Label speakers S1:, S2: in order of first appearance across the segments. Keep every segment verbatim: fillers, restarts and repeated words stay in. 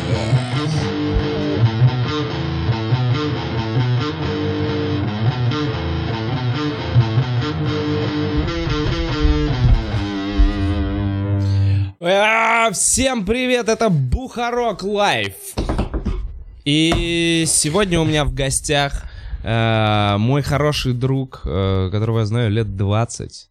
S1: Всем привет, это Бухарок Лайф. И сегодня у меня в гостях э, мой хороший друг, э, которого я знаю лет двадцать.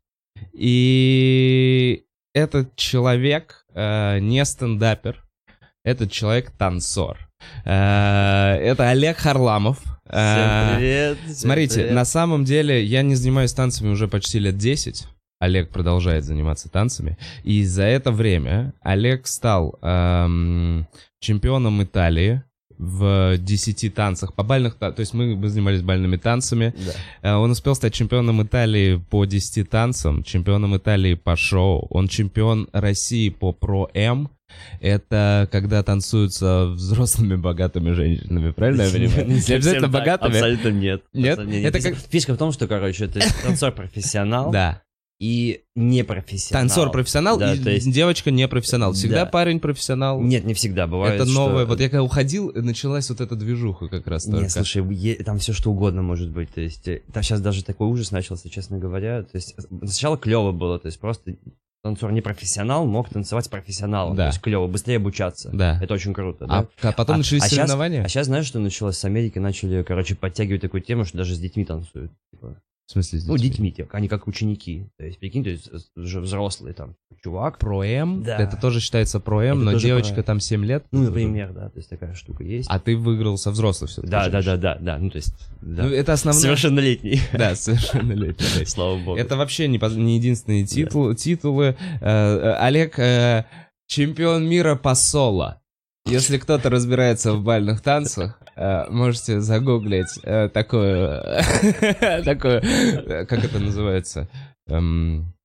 S1: И этот человек э, не стендапер, этот человек танцор. Э, это Олег Харламов.
S2: Всем привет. Всем
S1: Смотрите,
S2: привет.
S1: На самом деле я не занимаюсь танцами уже почти лет десять. Олег продолжает заниматься танцами. И за это время Олег стал эм, чемпионом Италии в десяти танцах. По бальных, то есть мы, мы занимались бальными танцами.
S2: Да.
S1: Э, он успел стать чемпионом Италии по десяти танцам, чемпионом Италии по шоу. Он чемпион России по Про-М. Это когда танцуются взрослыми богатыми женщинами, правильно я понимаю? Не обязательно богатыми.
S2: Абсолютно нет.
S1: Нет?
S2: Это как... Фишка в том, что, короче, это танцор-профессионал.
S1: Да.
S2: И непрофессионал.
S1: Танцор-профессионал
S2: да,
S1: и
S2: есть...
S1: девочка-непрофессионал. Всегда
S2: да.
S1: Парень-профессионал?
S2: Нет, не всегда. Бывает,
S1: это новое.
S2: Что...
S1: Вот я когда уходил, началась вот эта движуха как раз только.
S2: Нет, слушай, е... там все что угодно может быть. То есть, там сейчас даже такой ужас начался, честно говоря. То есть, сначала клево было, то есть, просто танцор непрофессионал мог танцевать с профессионалом.
S1: Да.
S2: То есть, клево, быстрее обучаться.
S1: Да.
S2: Это очень круто,
S1: а,
S2: да?
S1: А потом
S2: а,
S1: начались
S2: а
S1: соревнования?
S2: Сейчас, а сейчас, знаешь, что началось с Америки? Начали, короче, подтягивать такую тему, что даже с детьми танцуют. Типа.
S1: В смысле с детьми?
S2: Ну, детьми, они как ученики. То есть, прикинь, то есть, уже взрослый там чувак.
S1: Про-М?
S2: Да.
S1: Это тоже считается Про-М, но девочка про... там семь лет?
S2: Ну, например, да, то есть такая штука есть.
S1: А ты выиграл со взрослых все-таки?
S2: Да, да, да, да, да, ну, то есть, да.
S1: Ну, это основное...
S2: Совершеннолетний.
S1: Да, совершеннолетний.
S2: Слава богу.
S1: Это вообще не, не единственные титул, титулы. Олег чемпион мира по соло. Если кто-то разбирается в бальных танцах, можете загуглить такое, такое, как это называется, эм,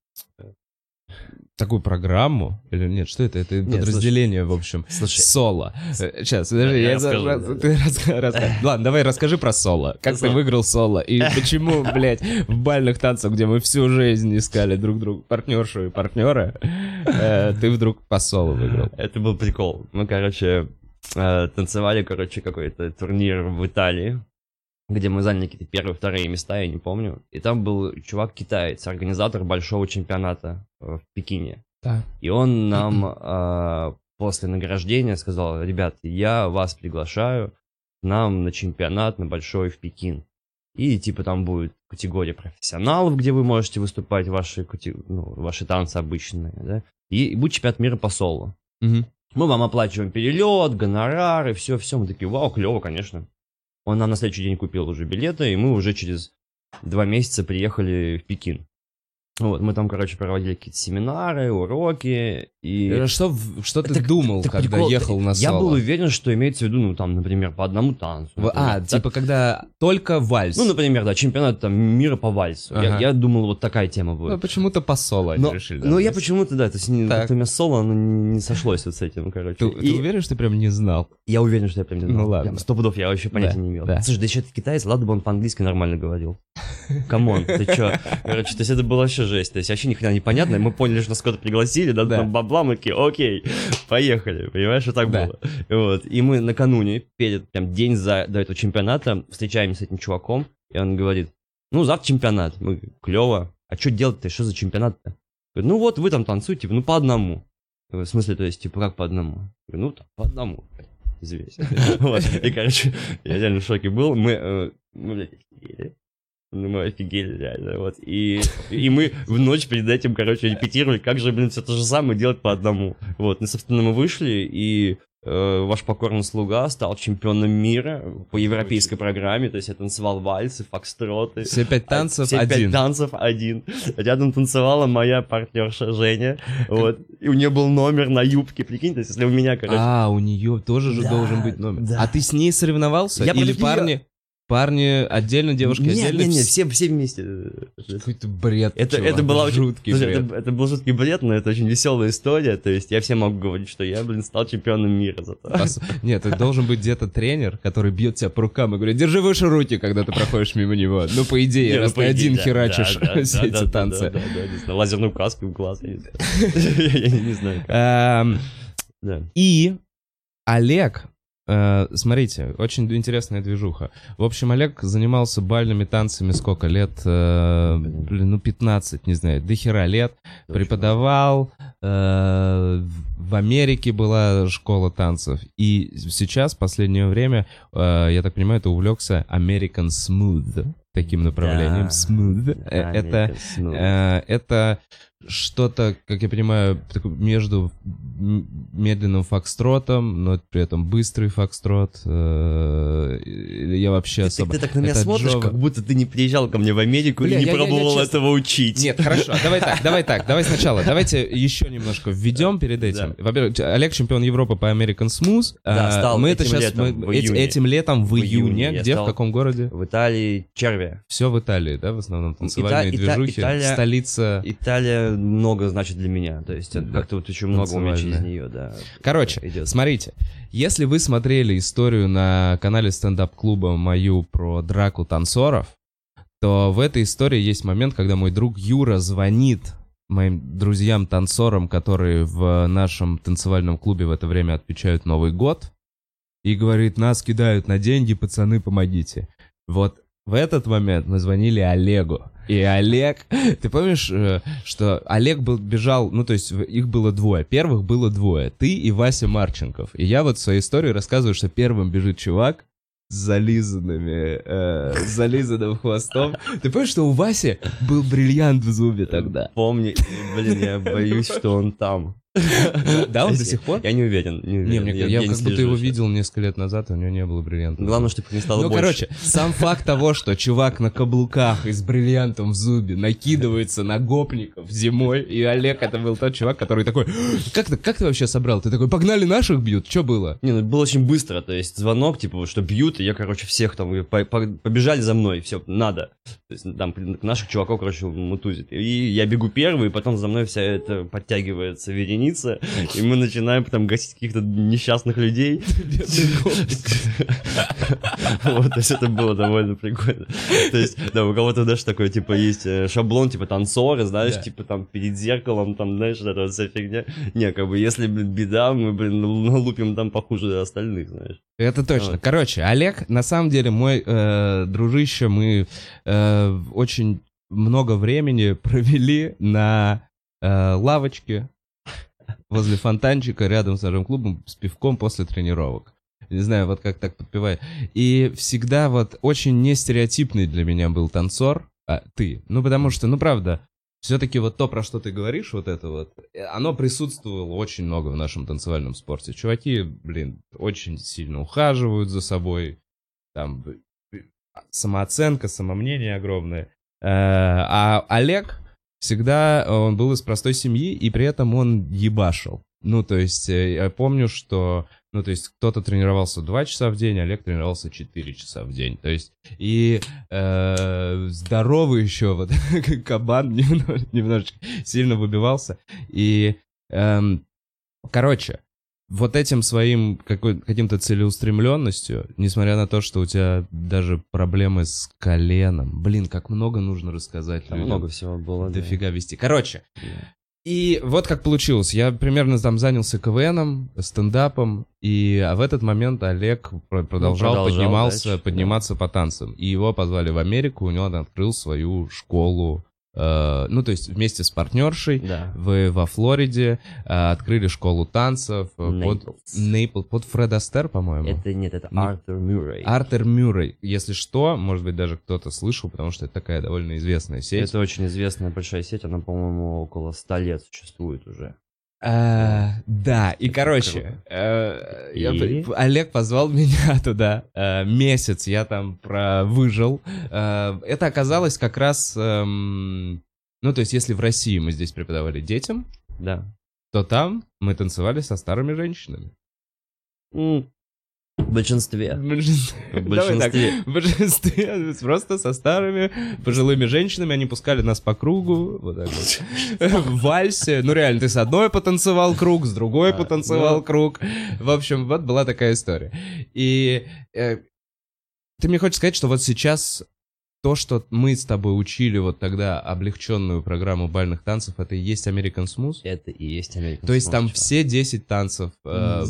S1: такую программу, или нет, что это? Это нет, подразделение, слушай, в общем, слушай, соло. Сейчас, подожди, я, я расскажу. Раз, да. Ты рас, рас, ладно, давай расскажи про соло. Как соло. Ты выиграл соло? И почему, блядь, в бальных танцах, где мы всю жизнь искали друг друга, партнершу и партнера, э, ты вдруг по соло выиграл?
S2: Это был прикол. Мы, короче, э, танцевали, короче, какой-то турнир в Италии, где мы заняли какие-то первые, вторые места, я не помню. И там был чувак-китаец, организатор большого чемпионата в Пекине.
S1: Да.
S2: И он нам э, после награждения сказал: ребят, я вас приглашаю к нам на чемпионат, на большой в Пекин. И типа там будет категория профессионалов, где вы можете выступать, ваши, ну, ваши танцы обычные, да? И будет чемпионат мира по соло.
S1: Угу.
S2: Мы вам оплачиваем перелет, гонорары, все-все. Мы такие: вау, клево, конечно. Он нам на следующий день купил уже билеты, и мы уже через два месяца приехали в Пекин. Вот, мы там, короче, проводили какие-то семинары, уроки, и...
S1: Что, что ты
S2: это,
S1: думал,
S2: это
S1: когда
S2: прикол.
S1: ехал на соло?
S2: Я был уверен, что имеется в виду, ну, там, например, по одному танцу.
S1: Например, а, да? Типа, когда только вальс.
S2: Ну, например, да, чемпионат там, мира по вальсу. Ага. Я, я думал, вот такая тема будет.
S1: Ну, почему-то по соло они
S2: но,
S1: решили.
S2: Ну, я почему-то, да, то есть как-то у меня соло, оно не сошлось вот с этим, короче.
S1: Ты,
S2: и...
S1: ты уверен, что ты прям не знал?
S2: Я уверен, что я прям не знал.
S1: Ну, ладно.
S2: Сто пудов я вообще понятия
S1: да,
S2: не имел.
S1: Да.
S2: Слушай, да еще это китаец, ладно бы он по-английски нормально говорил. Камон, ты чё? Короче, то есть это было вообще жесть. То есть вообще ни хрена непонятно. Мы поняли, что нас куда-то пригласили, да, там бабла, мы такие: окей, поехали. Понимаешь, что так
S1: да.
S2: было. Вот. И мы накануне, перед прям день за, до этого чемпионата, встречаемся с этим чуваком, и он говорит: ну, завтра чемпионат. Мы: клево. А что делать-то? Что за чемпионат-то? Говорит: ну вот, вы там танцуете, ну, по одному. В смысле, то есть, типа, как по одному? Говорю: ну, там, по одному. Извините. Вот. И, короче, я реально в шоке был. Мы, мы, блядь, офигели. Ну, мы офигели, реально, вот. И, и мы в ночь перед этим, короче, репетировали, как же, блин, все то же самое делать по одному. Вот. Ну, собственно, мы вышли, и э, ваш покорный слуга стал чемпионом мира по европейской программе. То есть я танцевал вальсы, фокстроты.
S1: Все пять танцев
S2: все
S1: один.
S2: Все пять танцев один. Рядом танцевала моя партнерша Женя. Вот. И у нее был номер на юбке, прикинь. То есть если у меня, короче...
S1: А, у нее тоже же
S2: да,
S1: должен быть номер.
S2: Да.
S1: А ты с ней соревновался?
S2: Я
S1: Или
S2: против
S1: парни...
S2: нее...
S1: Парни отдельно, девушки
S2: нет,
S1: отдельно?
S2: Нет, нет, все, все вместе.
S1: Какой-то бред,
S2: это,
S1: чувак,
S2: это была
S1: жуткий
S2: очень,
S1: бред.
S2: Это, это был жуткий бред, но это очень веселая история. То есть я всем могу говорить, что я, блин, стал чемпионом мира за то.
S1: Пос... Нет, это должен быть где-то тренер, который бьет тебя по рукам и говорит: держи выше руки, когда ты проходишь мимо него. Ну, по идее,
S2: не,
S1: раз
S2: ну,
S1: ты один
S2: да,
S1: херачишь
S2: да, да,
S1: все
S2: да,
S1: эти
S2: да,
S1: танцы.
S2: Да, да, да, не знаю, лазерную каску в глаз, я не знаю. Я не знаю.
S1: И Олег, э, смотрите, очень интересная движуха. В общем, Олег занимался бальными танцами сколько лет? Э, блин, ну, пятнадцать, не знаю, до хера лет. Преподавал, э, в Америке была школа танцев. И сейчас, в последнее время, э, я так понимаю, ты увлекся American Smooth, таким направлением.
S2: Да,
S1: Smooth.
S2: да,
S1: это,
S2: Smooth.
S1: э, это что-то, как я понимаю, между медленным фокстротом, но при этом быстрый фокстрот. Э, я вообще
S2: ты,
S1: особо...
S2: Ты, ты так на меня
S1: это
S2: смотришь,
S1: джога.
S2: как будто ты не приезжал ко мне в Америку
S1: Бля,
S2: и не
S1: я- я- я
S2: пробовал
S1: честно-
S2: этого учить.
S1: Нет, хорошо, давай так, давай так, давай сначала. Давайте еще немножко введем перед этим. Во-первых, Олег чемпион Европы по American Smooth.
S2: Да,
S1: А,
S2: стал
S1: мы это
S2: этим
S1: сейчас
S2: летом,
S1: мы-
S2: в
S1: эти-
S2: июне.
S1: этим летом в,
S2: В
S1: июне.
S2: июне я
S1: Где,
S2: стал-
S1: в каком городе?
S2: В Италии Черве.
S1: Все в Италии, да, в основном танцевальные
S2: Ита- Ита-
S1: движухи.
S2: Италия-
S1: Столица.
S2: Италия много значит для меня, то есть это
S1: Да.
S2: как-то вот очень много у меня через
S1: Танцевальная.
S2: нее, да.
S1: Короче,
S2: идет.
S1: смотрите, если вы смотрели историю на канале стендап-клуба мою про драку танцоров, то в этой истории есть момент, когда мой друг Юра звонит моим друзьям-танцорам, которые в нашем танцевальном клубе в это время отмечают Новый год, и говорит: нас кидают на деньги, пацаны, помогите. Вот в этот момент мы звонили Олегу. И Олег, ты помнишь, э, что Олег был, бежал, ну то есть в- их было двое, первых было двое, ты и Вася Марченков. И я вот в своей истории рассказываю, что первым бежит чувак с зализанными, э, с зализанным хвостом. Ты помнишь, что у Васи был бриллиант в зубе тогда?
S2: Помни, блин, я боюсь, что он там.
S1: Да, он до сих пор?
S2: Я не уверен, не
S1: Не,
S2: уверен.
S1: мне, я,
S2: не
S1: как будто
S2: слежу
S1: его
S2: сейчас.
S1: видел несколько лет назад, и у него не было бриллианта.
S2: Главное, чтобы их не стало
S1: Ну,
S2: больше.
S1: короче, сам факт того, что чувак на каблуках и с бриллиантом в зубе накидывается на гопников зимой, и Олег это был тот чувак, который такой: как ты, как ты вообще собрал? Ты такой: погнали, наших бьют, что было?
S2: Не, ну было очень быстро, то есть звонок, типа, вот, что бьют, и я, короче, всех там, и по- по- побежали за мной, все, надо. То есть там наших чуваков, короче, мутузит. И я бегу первый, и потом за мной вся эта подтягивается вереница, и мы начинаем там гасить каких-то несчастных людей. Вот, то есть это было довольно прикольно. То есть, да, у кого-то даже такой, типа, есть э, шаблон, типа, танцоры, знаешь,
S1: Да.
S2: типа, там, перед зеркалом, там, знаешь, вот эта вот вся фигня. Не, как бы, если, блин, беда, мы, блин, налупим там похуже остальных, знаешь.
S1: Это точно.
S2: Вот.
S1: Короче, Олег, на самом деле, мой э, дружище, мы э, очень много времени провели на э, лавочке возле фонтанчика рядом с нашим клубом с пивком после тренировок. Не знаю, вот как так подпеваю. И всегда вот очень нестереотипный для меня был танцор, а, ты. Ну, потому что, ну, правда, все-таки вот то, про что ты говоришь, вот это вот, э, оно присутствовало очень много в нашем танцевальном спорте. Чуваки, блин, очень сильно ухаживают за собой, там, э, самооценка, самомнение огромное. Э, А Олег всегда, он был из простой семьи, и при этом он ебашил. Ну, то есть, э, я помню, что, ну, то есть, кто-то тренировался два часа в день, Олег тренировался четыре часа в день. То есть, и э, здоровый еще, вот, кабан немного- немножечко сильно выбивался. И, эм, короче, вот этим своим какой- каким-то целеустремленностью, несмотря на то, что у тебя даже проблемы с коленом, блин, как много нужно рассказать
S2: Там
S1: людям.
S2: много всего было. да.
S1: Дофига вести. Короче,
S2: Да.
S1: и вот как получилось. Я примерно там занялся КВНом, стендапом, и а в этот момент Олег пр- продолжал,
S2: продолжал
S1: поднимался,
S2: дальше,
S1: подниматься по танцам. И его позвали в Америку, у него он открыл свою школу. э, ну, то есть вместе с партнершей
S2: Да.
S1: вы во Флориде э, открыли школу танцев э, под
S2: Naples.
S1: Нейпл, под Фред Астер, по-моему.
S2: Это нет, это
S1: Не-
S2: Артур Мюррей.
S1: Артер Мюррей. Если что, может быть, даже кто-то слышал, потому что это такая довольно известная сеть.
S2: Это очень известная большая сеть, она, по-моему, около ста лет существует уже.
S1: А, да, и
S2: Это
S1: короче,
S2: круто.
S1: э, я
S2: И?
S1: п- Олег позвал меня туда. э, месяц я там про выжил. Э, это оказалось как раз, эм, ну то есть если в России мы здесь преподавали детям,
S2: Да.
S1: то там мы танцевали со старыми женщинами.
S2: М, В большинстве.
S1: В большинстве.
S2: В
S1: Давай так,
S2: большинстве.
S1: в большинстве, просто со старыми пожилыми женщинами, они пускали нас по кругу, вот так вот, в вальсе. Ну реально, ты с одной потанцевал круг, с другой
S2: А,
S1: потанцевал
S2: ну.
S1: круг. В общем, вот была такая история. И э, ты мне хочешь сказать, что вот сейчас то, что мы с тобой учили вот тогда облегченную программу бальных танцев, это и есть American Smooth?
S2: Это и есть American
S1: То есть там
S2: Smooth,
S1: все десять танцев э,
S2: Нет.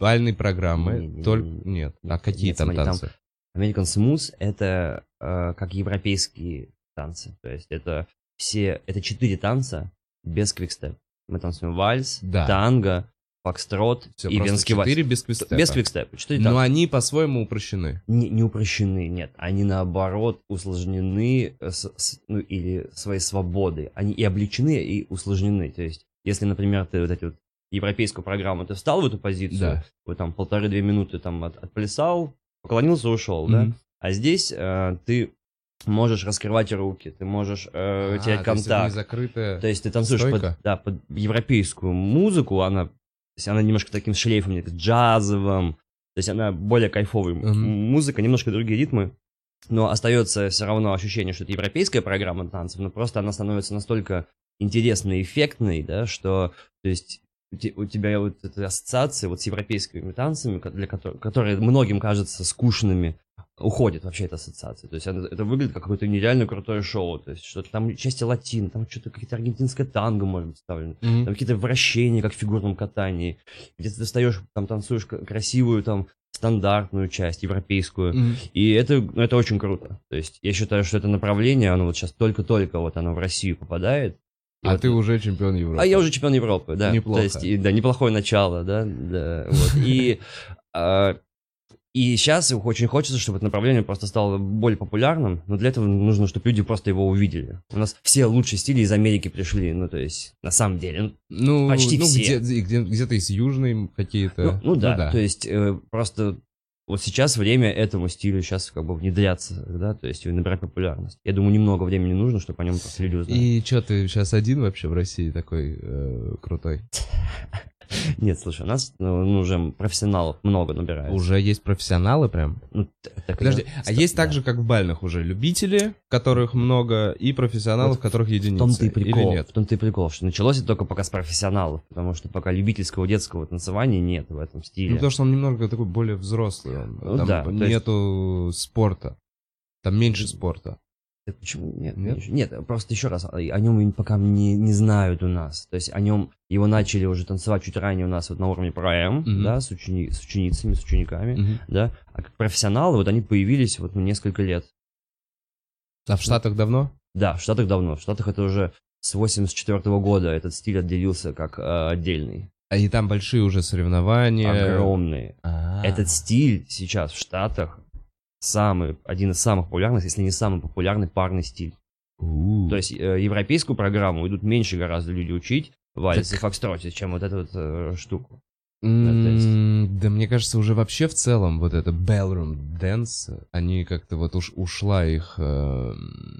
S1: бальной программы,
S2: Не, не, не,
S1: только...
S2: не, не.
S1: Нет, а какие
S2: Нет,
S1: там
S2: смотри,
S1: танцы?
S2: American Smooth — это э, как европейские танцы. То есть это все, это четыре танца без квикстеп. Мы танцуем вальс,
S1: Да.
S2: танго, фокстрот
S1: Все,
S2: и
S1: просто
S2: венский вальс.
S1: четыре без квистепа.
S2: Без квикстепа. Четыре
S1: Но
S2: танца.
S1: они по-своему упрощены.
S2: Не, не упрощены, нет. Они наоборот усложнены с, с- ну, или своей свободой. Они и облегчены, и усложнены. То есть, если, например, ты вот эти вот европейскую программу, ты встал в эту позицию,
S1: Да.
S2: вот там полторы-две минуты там от, отплясал, поклонился, ушел, да?
S1: Мгм.
S2: А здесь э, ты можешь раскрывать руки, ты можешь э,
S1: А,
S2: терять
S1: то есть это не
S2: контакт.
S1: закрытая
S2: То есть ты танцуешь
S1: стойка?
S2: под, да, под европейскую музыку, она, то есть она немножко таким шлейфом, как джазовым, то есть она более кайфовая
S1: Мгм.
S2: м- музыка, немножко другие ритмы, но остается все равно ощущение, что это европейская программа танцев, но просто она становится настолько интересной и эффектной, да, что, то есть у те- у тебя вот эта ассоциация вот с европейскими танцами, ко- для которых, которые многим кажутся скучными, уходит вообще эта ассоциация. То есть это, это выглядит как какое-то нереально крутое шоу. То есть что-то там части латин, там что-то какие-то аргентинское танго может быть вставлено.
S1: Мгм.
S2: Там какие-то вращения, как в фигурном катании. Где ты встаешь, там танцуешь к- красивую, там, стандартную часть, европейскую.
S1: Мгм.
S2: И это, ну, это очень круто. То есть я считаю, что это направление, оно вот сейчас только-только вот оно в Россию попадает. И
S1: А
S2: вот-
S1: ты уже чемпион Европы.
S2: а я уже чемпион Европы, да.
S1: Неплохо.
S2: То есть, и- да, неплохое начало, да. да, вот. И, а, и сейчас очень хочется, чтобы это направление просто стало более популярным, но для этого нужно, чтобы люди просто его увидели. У нас все лучшие стили из Америки пришли, ну, то есть, на самом деле. ну,
S1: Ну,
S2: почти
S1: ну,
S2: все.
S1: Где, где, где-то из южной какие-то.
S2: Ну, ну да, то есть, э, просто вот сейчас время этому стилю сейчас как бы внедряться, да, то есть и набирать популярность. Я думаю, немного времени нужно, чтобы о нем просто люди узнали.
S1: И что, ты сейчас один вообще в России такой э, крутой?
S2: Нет, слушай, у нас ну, ну, уже профессионалов много набирается.
S1: Уже есть профессионалы прям?
S2: Ну, т- так
S1: Подожди,
S2: я-
S1: а есть
S2: да.
S1: так же, как в бальных уже любители, которых много, и профессионалов,
S2: Вот
S1: которых
S2: В
S1: единицы?
S2: том-то и прикол,
S1: Или нет?
S2: в том-то и прикол, что началось это только пока с профессионалов, потому что пока любительского детского танцевания нет в этом стиле.
S1: Ну, потому что он немного такой более взрослый. Он,
S2: Ну
S1: там
S2: да, то есть-
S1: нету спорта. Там меньше спорта.
S2: Так почему нет?
S1: Нет?
S2: Нет, нет, просто еще раз, о о нем пока не, не знают у нас. То есть о нем его начали уже танцевать чуть ранее у нас вот на уровне ПроМ,
S1: Мгм.
S2: да, с, учени- с ученицами, с учениками,
S1: Мгм.
S2: да. А как профессионалы, вот они появились вот ну, несколько лет.
S1: А в Штатах давно?
S2: Да, в Штатах давно. В Штатах это уже с восемьдесят четвёртого года этот стиль отделился как э, отдельный.
S1: А и там большие уже соревнования.
S2: Огромный.
S1: А.
S2: Этот стиль сейчас в Штатах самый, один из самых популярных, если не самый популярный парный стиль.
S1: У.
S2: То есть э, европейскую программу идут меньше гораздо люди учить в вальсе и
S1: Так-
S2: фокстроте, чем вот эту вот э, штуку.
S1: М,
S2: то есть-
S1: Да мне кажется, уже вообще в целом вот это ballroom dance, они как-то вот уж ушла их... э,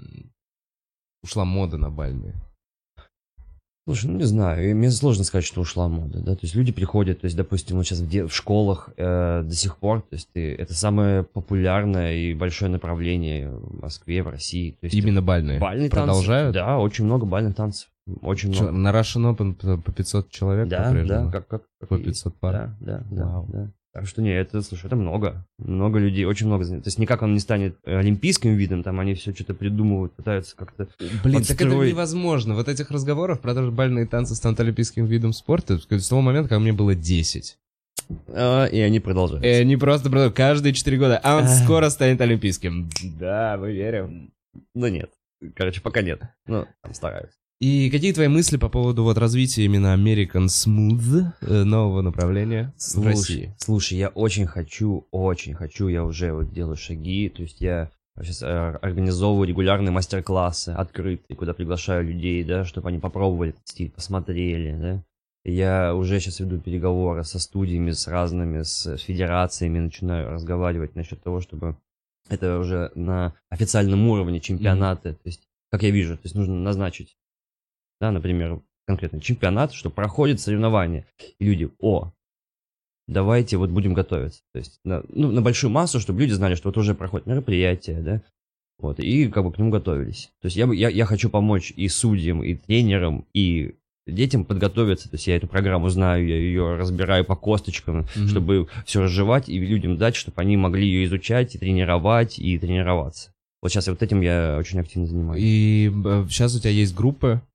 S1: ушла мода на бальные.
S2: Слушай, ну не знаю, и мне сложно сказать, что ушла мода, да, то есть люди приходят, то есть, допустим, вот сейчас в, де- в школах э, до сих пор, то есть ты, это самое популярное и большое направление в Москве, в России. То есть
S1: Именно бальные.
S2: бальные
S1: Продолжают?
S2: танцы. Да, очень много бальных танцев, очень
S1: Чё,
S2: много.
S1: на Russian Open по по пятьсот человек
S2: Да,
S1: по-прежнему?
S2: да, как, как, как
S1: По
S2: и есть.
S1: пятьсот пар?
S2: Да, да, да,
S1: Вау.
S2: да. Так что не, это, слушай, это много. Много людей, очень много. То есть никак он не станет олимпийским видом, там они все что-то придумывают, пытаются как-то...
S1: Блин, так это
S2: подстроить.
S1: невозможно. Вот этих разговоров про то, что бальные танцы станут олимпийским видом спорта, с того момента, когда мне было десять.
S2: А, и они продолжают.
S1: И они просто продолжают каждые четыре года. А он
S2: Ах.
S1: скоро станет олимпийским. Да, мы верим.
S2: Ну нет. Короче, пока нет. Ну, там стараются.
S1: И какие твои мысли по поводу вот развития именно American Smooth, э, нового направления в
S2: Слушай,
S1: России?
S2: слушай, я очень хочу, очень хочу, я уже вот делаю шаги, то есть я сейчас э, организовываю регулярные мастер-классы открытые, куда приглашаю людей, да, чтобы они попробовали этот стиль, посмотрели, да. Я уже сейчас веду переговоры со студиями, с разными, с федерациями, начинаю разговаривать насчет того, чтобы это уже на официальном уровне чемпионаты, то есть, как я вижу, то есть нужно назначить, да, например, конкретно чемпионат, что проходит соревнования, и люди, о, давайте вот будем готовиться, то есть на, ну, на большую массу, чтобы люди знали, что вот уже проходит мероприятие, да, вот, и как бы к нему готовились. То есть я, бы- я, я хочу помочь и судьям, и тренерам, и детям подготовиться, то есть я эту программу знаю, я ее разбираю по косточкам,
S1: Мгм.
S2: чтобы все разжевать и людям дать, чтобы они могли ее изучать, и тренировать, и тренироваться. Вот сейчас вот этим я очень активно занимаюсь.
S1: И сейчас у тебя есть группы,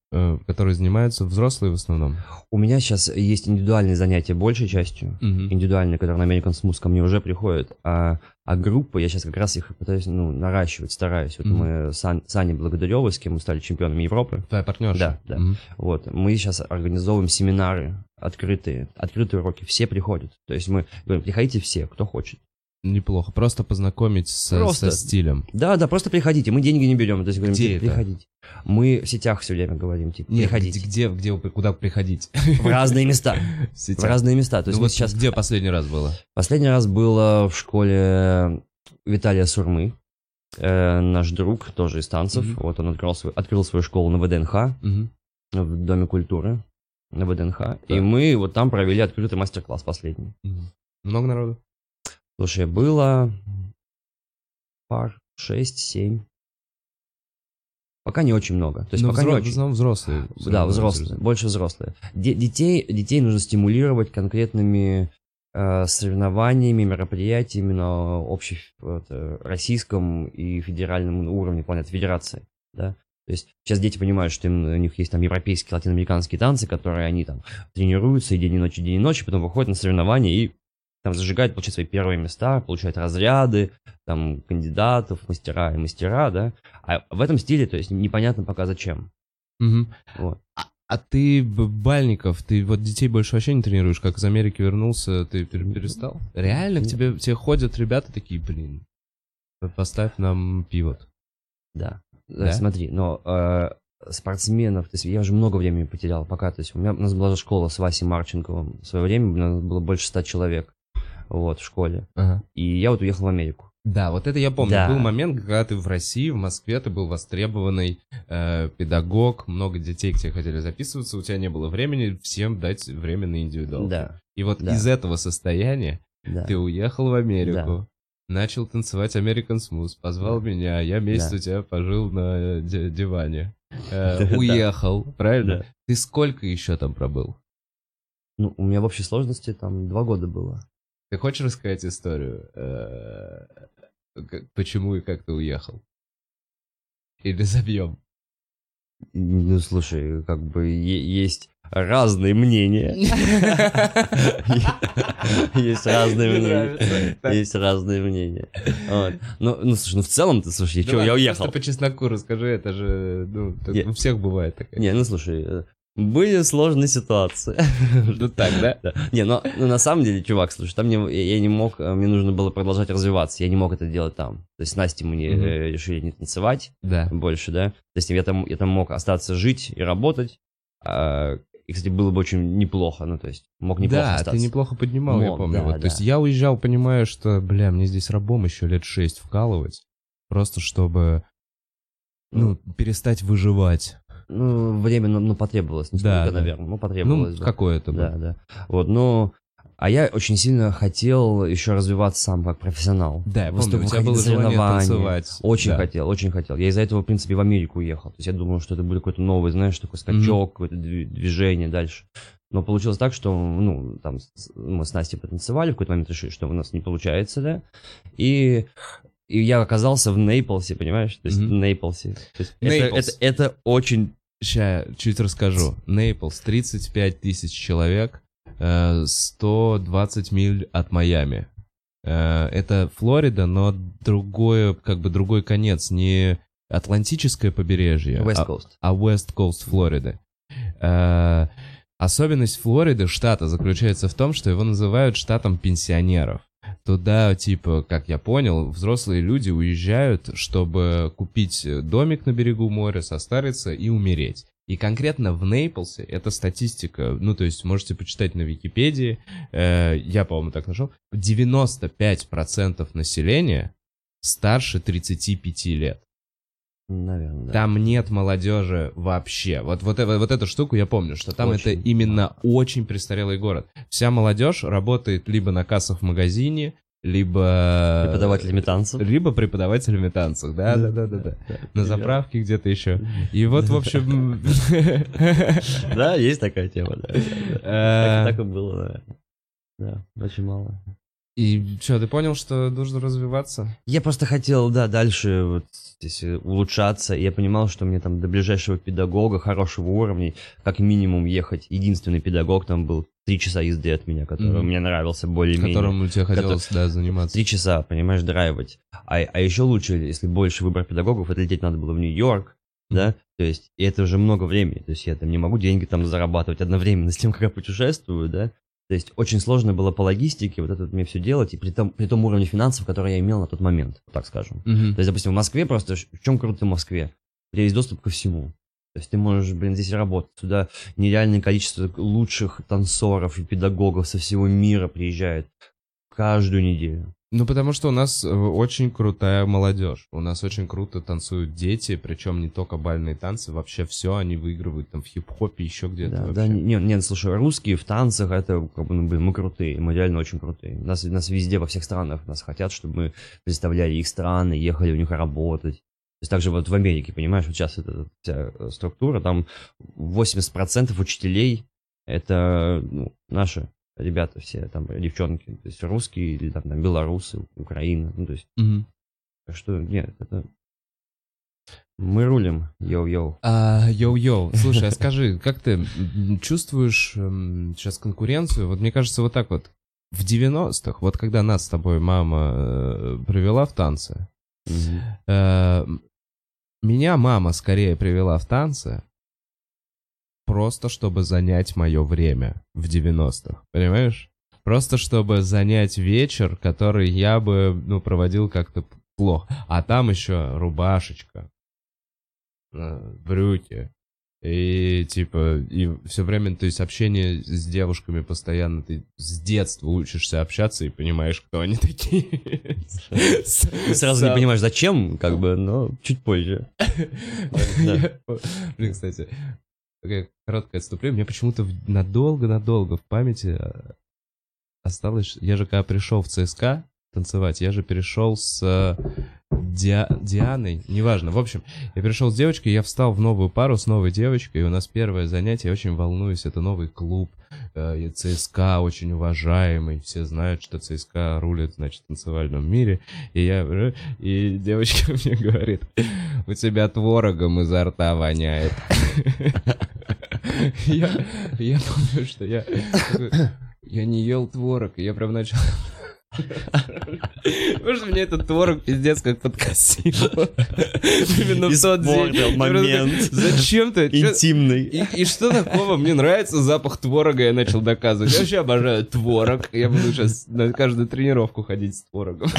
S1: э, которые занимаются взрослые в основном?
S2: У меня сейчас есть индивидуальные занятия большей частью,
S1: Мгм.
S2: индивидуальные, которые на American Smooth ко мне уже приходят, а, а группы, я сейчас как раз их пытаюсь, ну, наращивать, стараюсь. Вот
S1: Мгм.
S2: мы с Ан- с Аней Благодаревой, с кем мы стали чемпионами Европы,
S1: Твоя партнерша?
S2: Да, да.
S1: Мгм.
S2: вот, мы сейчас организовываем семинары открытые, открытые уроки, все приходят. То есть мы говорим, приходите все, кто хочет.
S1: Неплохо. Просто познакомить с,
S2: Просто.
S1: со стилем.
S2: Да, да, просто приходите, мы деньги не берем, то есть говорим,
S1: Где
S2: типа,
S1: это?
S2: приходите. Мы в сетях все время говорим, типа,
S1: Нет,
S2: приходите.
S1: где, где, вы- куда приходить?
S2: В разные места.
S1: В
S2: В
S1: сетях.
S2: разные места. То есть
S1: Ну
S2: мы
S1: вот
S2: сейчас...
S1: где последний раз было?
S2: Последний раз было в школе Виталия Сурмы, э, наш друг, тоже из танцев.
S1: Мгм.
S2: Вот он открыл, свой- открыл свою школу на ВДНХ,
S1: Мгм.
S2: в Доме культуры на ВДНХ. И мы вот там провели открытый мастер-класс последний.
S1: Мгм. Много народу?
S2: Слушай, было пар шесть-семь. Пока не очень много. То есть
S1: Ну,
S2: пока
S1: взро-
S2: не
S1: в
S2: очень.
S1: основном взрослые. всё
S2: Да,
S1: равно
S2: взрослые,
S1: интересно.
S2: больше взрослые. Де- детей, детей нужно стимулировать конкретными э, соревнованиями, мероприятиями на общероссийском и федеральном уровне, планет федерации. Да? То есть сейчас дети понимают, что им, у них есть там европейские, латиноамериканские танцы, которые они там тренируются и день и ночь, и день и ночь, и потом выходят на соревнования и там зажигают, получают свои первые места, получают разряды, там, кандидатов, мастера и мастера, да. А в этом стиле, то есть, непонятно пока зачем.
S1: Мгм.
S2: Вот.
S1: А ты, Б- Бальников, ты вот детей больше вообще не тренируешь? Как из Америки вернулся, ты пер- перестал? Реально? К тебе, тебе ходят ребята такие, блин, поставь нам пивот.
S2: Да.
S1: Да?
S2: Смотри, но э, спортсменов, то есть я уже много времени потерял пока, то есть у меня у нас была же школа с Васей Марченковым в свое время, у нас было больше ста человек, вот, в школе,
S1: Ага.
S2: и я вот уехал в Америку.
S1: Да, вот это я помню.
S2: Да.
S1: Был момент, когда ты в России, в Москве, ты был востребованный э, педагог, много детей к тебе хотели записываться, у тебя не было времени всем дать время на индивидуал.
S2: Да,
S1: И вот
S2: да.
S1: из этого состояния
S2: да.
S1: ты уехал в Америку, начал танцевать American Smooth, позвал
S2: Да.
S1: меня, я месяц
S2: Да.
S1: у тебя пожил на ди- диване, э,
S2: Да.
S1: уехал, правильно?
S2: Да.
S1: Ты сколько еще там пробыл?
S2: Ну, у меня в общей сложности там два года было.
S1: Ты хочешь рассказать историю, э, как- почему и как ты уехал? Или забьем?
S2: Ну, слушай, как бы е- есть разные мнения. Есть разные
S1: Мне
S2: мнения.
S1: нравится.
S2: Есть разные мнения. Вот. Ну, ну, слушай, ну в целом, ты слушай,
S1: Да
S2: чё, я
S1: ладно,
S2: уехал.
S1: Просто по чесноку расскажи, это же, ну, так
S2: Не.
S1: у всех бывает такая.
S2: Не, ну слушай, э, были сложные ситуации.
S1: Ну так, да?
S2: Да. Не, но ну, на самом деле, чувак, слушай, там мне, я я не мог, э, мне нужно было продолжать развиваться, я не мог это делать там. То есть с Настей мы не,
S1: Мгм.
S2: э, решили не танцевать
S1: Да.
S2: больше, да. То есть я там, я там мог остаться жить и работать. а, И, кстати, было бы очень неплохо, ну, то есть мог неплохо
S1: Да,
S2: остаться.
S1: ты неплохо поднимал, я
S2: Мог,
S1: помню.
S2: да,
S1: вот. То
S2: да.
S1: есть я уезжал, понимая, что, бля, мне здесь рабом еще лет шесть вкалывать, просто чтобы, ну, перестать выживать.
S2: Ну, время, ну, ну, потребовалось, не
S1: Да,
S2: столько,
S1: да.
S2: наверное, ну,
S1: Ну,
S2: потребовалось. да.
S1: какое-то
S2: Да,
S1: было.
S2: да. Вот, ну, а я очень сильно хотел еще развиваться сам как профессионал.
S1: Да, я помню,
S2: Выступ-
S1: у тебя
S2: выходить
S1: было
S2: на
S1: желание
S2: соревнования.
S1: танцевать.
S2: Очень
S1: Да.
S2: хотел, очень хотел. Я из-за этого, в принципе, в Америку уехал. То есть я думал, что это будет какой-то новый, знаешь, такой скачок, какое-то дви- движение дальше. Но получилось так, что, ну, там, с- мы с Настей потанцевали, в какой-то момент решили, что у нас не получается, да, и, и я оказался в Нейплсе, понимаешь, то есть
S1: Мгм.
S2: в Нейплсе. То есть это,
S1: Нейплс.
S2: это, это очень...
S1: Ща чуть расскажу. Нейплс, тридцать пять тысяч человек, э, сто двадцать миль от Майами. Э, Это Флорида, но другое, как бы другой конец, не Атлантическое побережье,
S2: West
S1: а,
S2: Coast.
S1: а West Coast Флориды. Э, Особенность Флориды, штата, заключается в том, что его называют штатом пенсионеров. Туда, типа, как я понял, взрослые люди уезжают, чтобы купить домик на берегу моря, состариться и умереть. И конкретно в Нейплсе, это статистика, ну, то есть можете почитать на Википедии, э, я, по-моему, так нашел, девяносто пять процентов населения старше тридцати пяти лет.
S2: Наверное, да.
S1: Там нет молодежи вообще. Вот, вот, э- вот эту штуку я помню, что там
S2: Очень.
S1: это именно очень престарелый город. Вся молодежь работает либо на кассах в магазине, либо...
S2: Преподавателями танцев.
S1: Либо преподавателями танцев, да, да, да, да, да. На заправке где-то еще. И вот, в общем...
S2: Да, есть такая тема, да.
S1: э,
S2: Так так и было, наверное. Да, очень мало.
S1: И что, ты понял, что нужно развиваться?
S2: Я просто хотел, да, дальше вот здесь улучшаться. И я понимал, что мне там до ближайшего педагога хорошего уровня, как минимум ехать. Единственный педагог там был три часа езды от меня, который mm-hmm. мне нравился более-менее.
S1: Которому тебе хотелось, Котор... да, заниматься.
S2: Три часа, понимаешь, драйвать. А, а еще лучше, если больше выбор педагогов, это лететь надо было в Нью-Йорк, mm-hmm. да, то есть, и это уже много времени. То есть я там не могу деньги там зарабатывать одновременно с тем, как я путешествую, да. То есть очень сложно было по логистике вот это вот мне все делать, и при том, при том уровне финансов, который я имел на тот момент, так скажем. Mm-hmm. То есть, допустим, в Москве просто, в чем круто в Москве? У тебя есть доступ ко всему. То есть ты можешь, блин, здесь работать. Сюда нереальное количество лучших танцоров и педагогов со всего мира приезжает каждую неделю.
S1: Ну, потому что у нас очень крутая молодежь. У нас очень круто танцуют дети, причем не только бальные танцы, вообще все они выигрывают там в хип-хопе, еще где-то.
S2: Да,
S1: вообще.
S2: да, нет, нет, слушай, русские в танцах, это, как бы, ну, блин, мы крутые, мы реально очень крутые. Нас, нас везде, во всех странах нас хотят, чтобы мы представляли их страны, ехали у них работать. То есть также вот в Америке, понимаешь, вот сейчас эта вся структура, там восемьдесят процентов учителей это, ну, наши ребята все, там, девчонки, то есть русские или там, там белорусы, Украина, ну, то есть, mm-hmm. так что, нет, это мы рулим, йоу-йоу.
S1: А, йоу-йоу, слушай, а скажи, как ты чувствуешь эм, сейчас конкуренцию? Вот мне кажется, вот так вот, в девяностых, вот когда нас с тобой мама э, привела в танцы, mm-hmm. э, меня мама скорее привела в танцы, просто чтобы занять мое время в девяностых, понимаешь? Просто чтобы занять вечер, который я бы, ну, проводил как-то плохо. А там еще рубашечка, брюки, и типа, и все время, то есть общение с девушками постоянно, ты с детства учишься общаться и понимаешь, кто они такие.
S2: Ты сразу не понимаешь, зачем, как бы, но чуть позже.
S1: Блин, кстати... Такое короткое отступление. Мне почему-то надолго-надолго в памяти осталось... Я же когда пришел в ЦСКА танцевать, я же перешел с Ди... Дианой, неважно. В общем, я перешел с девочкой, я встал в новую пару с новой девочкой, и у нас первое занятие, я очень волнуюсь, это новый клуб, и ЦСКА очень уважаемый, все знают, что ЦСКА рулит, значит, в танцевальном мире, и я... И девочка мне говорит, у тебя творогом изо рта воняет. Я, я помню, что я, я не ел творог, и я прям начал... Потому что мне этот творог пиздец как подкосил. Именно в тот день.
S2: Момент.
S1: Зачем ты?
S2: Интимный.
S1: И, и что такого? Мне нравится запах творога, я начал доказывать. Я вообще обожаю творог. Я буду сейчас на каждую тренировку ходить с творогом.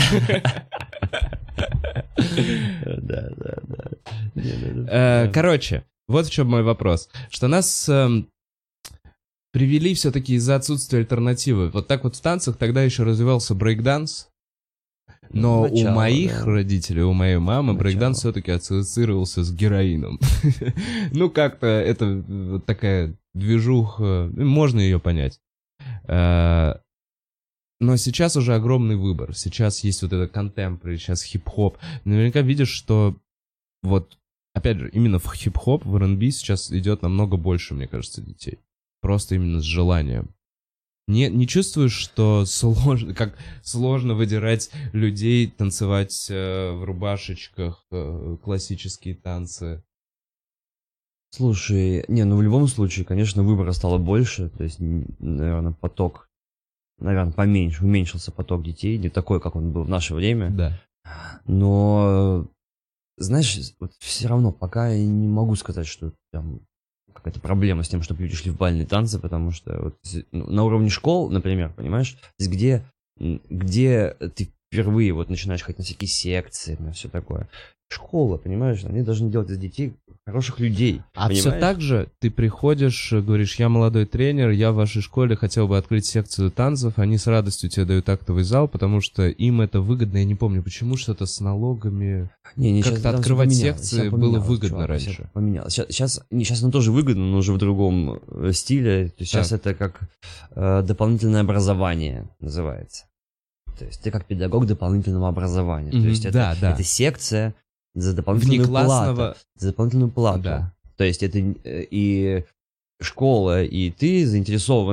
S2: Да, да, да.
S1: Короче, вот в чем мой вопрос. Что нас... привели все-таки из-за отсутствия альтернативы. Вот так вот в танцах тогда еще развивался брейкданс. Но Начало, у моих да. родителей, у моей мамы брейкданс все-таки ассоциировался с героином. Ну, как-то это вот такая движуха, можно ее понять. Но сейчас уже огромный выбор. Сейчас есть вот это контемпори, сейчас хип-хоп. Наверняка видишь, что вот, опять же, именно в хип-хоп, в эр энд би сейчас идет намного больше, мне кажется, детей. Просто именно с желанием. Не, не чувствуешь, что сложно, как сложно выдирать людей, танцевать э, в рубашечках, э, классические танцы?
S2: Слушай, не, ну в любом случае, конечно, выбора стало больше. То есть, наверное, поток, наверное, поменьше, уменьшился поток детей. Не такой, как он был в наше время.
S1: Да.
S2: Но, знаешь, вот все равно пока я не могу сказать, что там... какая-то проблема с тем, чтобы люди шли в бальные танцы, потому что вот, ну, на уровне школ, например, понимаешь, здесь где, где ты впервые вот начинаешь ходить на всякие секции, на все такое. Школа, понимаешь, они должны делать из детей хороших людей.
S1: А
S2: понимаешь?
S1: Все так же ты приходишь, говоришь, я молодой тренер, я в вашей школе хотел бы открыть секцию танцев, они с радостью тебе дают актовый зал, потому что им это выгодно, я не помню, почему что-то с налогами,
S2: не, не,
S1: как-то открывать секции было выгодно чувак, раньше.
S2: Поменялось. Сейчас, сейчас, не, сейчас оно тоже выгодно, но уже в другом стиле. То есть сейчас так. Это как э, дополнительное образование называется. То есть ты как педагог дополнительного образования. Mm-hmm, То есть это,
S1: да, да.
S2: это секция за дополнительную плату. За дополнительную плату.
S1: Да.
S2: То есть это и школа, и ты заинтересованы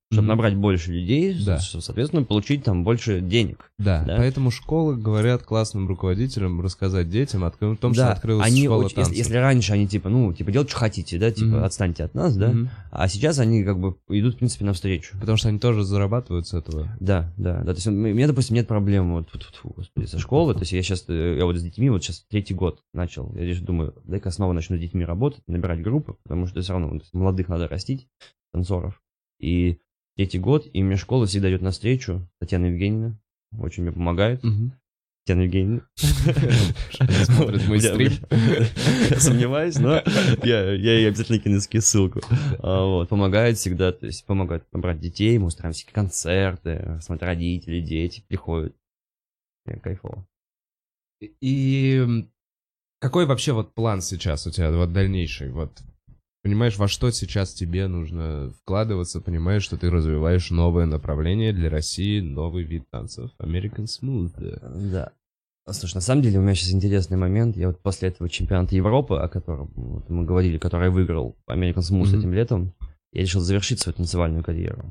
S2: чтобы
S1: Мгм.
S2: набрать больше людей,
S1: Да.
S2: с- соответственно, получить там больше денег.
S1: Да,
S2: Да.
S1: поэтому школы говорят классным руководителям рассказать детям о том, что
S2: Да,
S1: открылась
S2: они
S1: школа
S2: очень-
S1: танцев.
S2: если, если раньше они типа, ну, типа, делать, что хотите, да, типа,
S1: Мгм.
S2: отстаньте от нас, да,
S1: Мгм.
S2: а сейчас они как бы идут, в принципе, навстречу.
S1: Потому что они тоже зарабатывают с этого.
S2: Да, да, да. То есть у меня, допустим, нет проблем вот, фу, фу, фу, господи, со школы. То есть я сейчас, я вот с детьми, вот сейчас третий год начал. Я лишь думаю, дай-ка снова начну с детьми работать, набирать группы, потому что все равно вот, молодых надо растить, танцоров. И третий год, и мне школа всегда идет навстречу. Татьяна Евгеньевна очень мне помогает.
S1: Мгм.
S2: Татьяна Евгеньевна.
S1: Она смотрит мой
S2: Я-
S1: стрим.
S2: Я сомневаюсь, но я, я ей обязательно кину ссылку. А, вот, помогает всегда, то есть помогает набрать детей, мы устраиваем всякие концерты, смотрят родители, дети приходят. Я кайфово.
S1: И м, какой вообще вот план сейчас у тебя, вот дальнейший? Вот понимаешь, во что сейчас тебе нужно вкладываться, понимаешь, что ты развиваешь новое направление для России, новый вид танцев, American Smooth.
S2: Да. Слушай, на самом деле у меня сейчас интересный момент. Я вот после этого чемпионата Европы, о котором вот мы говорили, который я выиграл American Smooth
S1: Мгм.
S2: этим летом, я решил завершить свою танцевальную карьеру.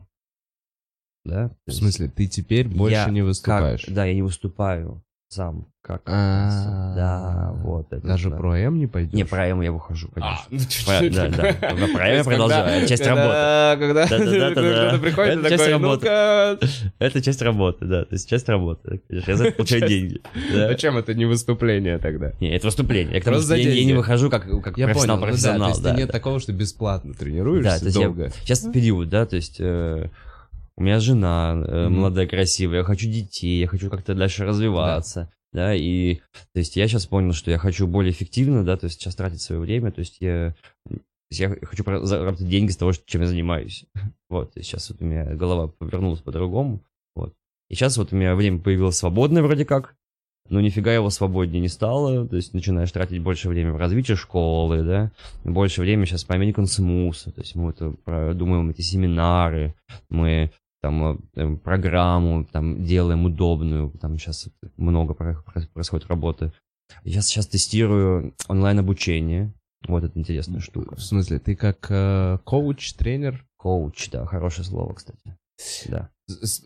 S2: Да? То
S1: В
S2: есть
S1: смысле, ты теперь больше
S2: я
S1: не
S2: как-
S1: выступаешь?
S2: да, я не выступаю сам. Как
S1: А,
S2: да, вот это.
S1: Даже
S2: да.
S1: про М не пойдешь?
S2: Не, про М я выхожу,
S1: А,
S2: конечно.
S1: ну,
S2: Про-
S1: чуть-чуть.
S2: да, да. Про- про М я
S1: То есть,
S2: продолжаю.
S1: когда-
S2: Часть
S1: когда- Когда
S2: Да-да-да-да-да.
S1: кто-то приходит и
S2: Это часть
S1: такой,
S2: работы.
S1: ну-ка...
S2: Это часть работы, да. То есть часть работы. Конечно, я за это получаю деньги. Да.
S1: Зачем это не выступление тогда?
S2: Не, это выступление. Я к тому,
S1: Просто
S2: что
S1: за
S2: я, я
S1: деньги.
S2: не выхожу как, как
S1: Я понял, ну да, то
S2: профессионал-профессионал.
S1: есть
S2: да,
S1: нет
S2: да.
S1: такого, что бесплатно
S2: Да,
S1: тренируешься
S2: то есть я-
S1: долго.
S2: Сейчас период, да, то есть э, у меня жена э,
S1: Мгм.
S2: молодая, красивая, я хочу детей, я хочу как-то дальше развиваться, да, и то есть я сейчас понял, что я хочу более эффективно, да, то есть сейчас тратить свое время, то есть я, то есть я хочу про- заработать деньги с того, что- чем я занимаюсь. Вот, и сейчас вот у меня голова повернулась по-другому, вот. И сейчас вот у меня время появилось свободное вроде как, но нифига его свободнее не стало, то есть начинаешь тратить больше времени в развитии школы, да, больше времени сейчас по American Smooth, то есть мы вот про- думаем эти семинары, мы там э, программу там делаем удобную, там сейчас много про- про- происходит работы. Я сейчас тестирую онлайн-обучение, вот это интересная штука.
S1: В смысле, ты как э, коуч, тренер?
S2: Коуч, да, хорошее слово, кстати. Да.
S1: С-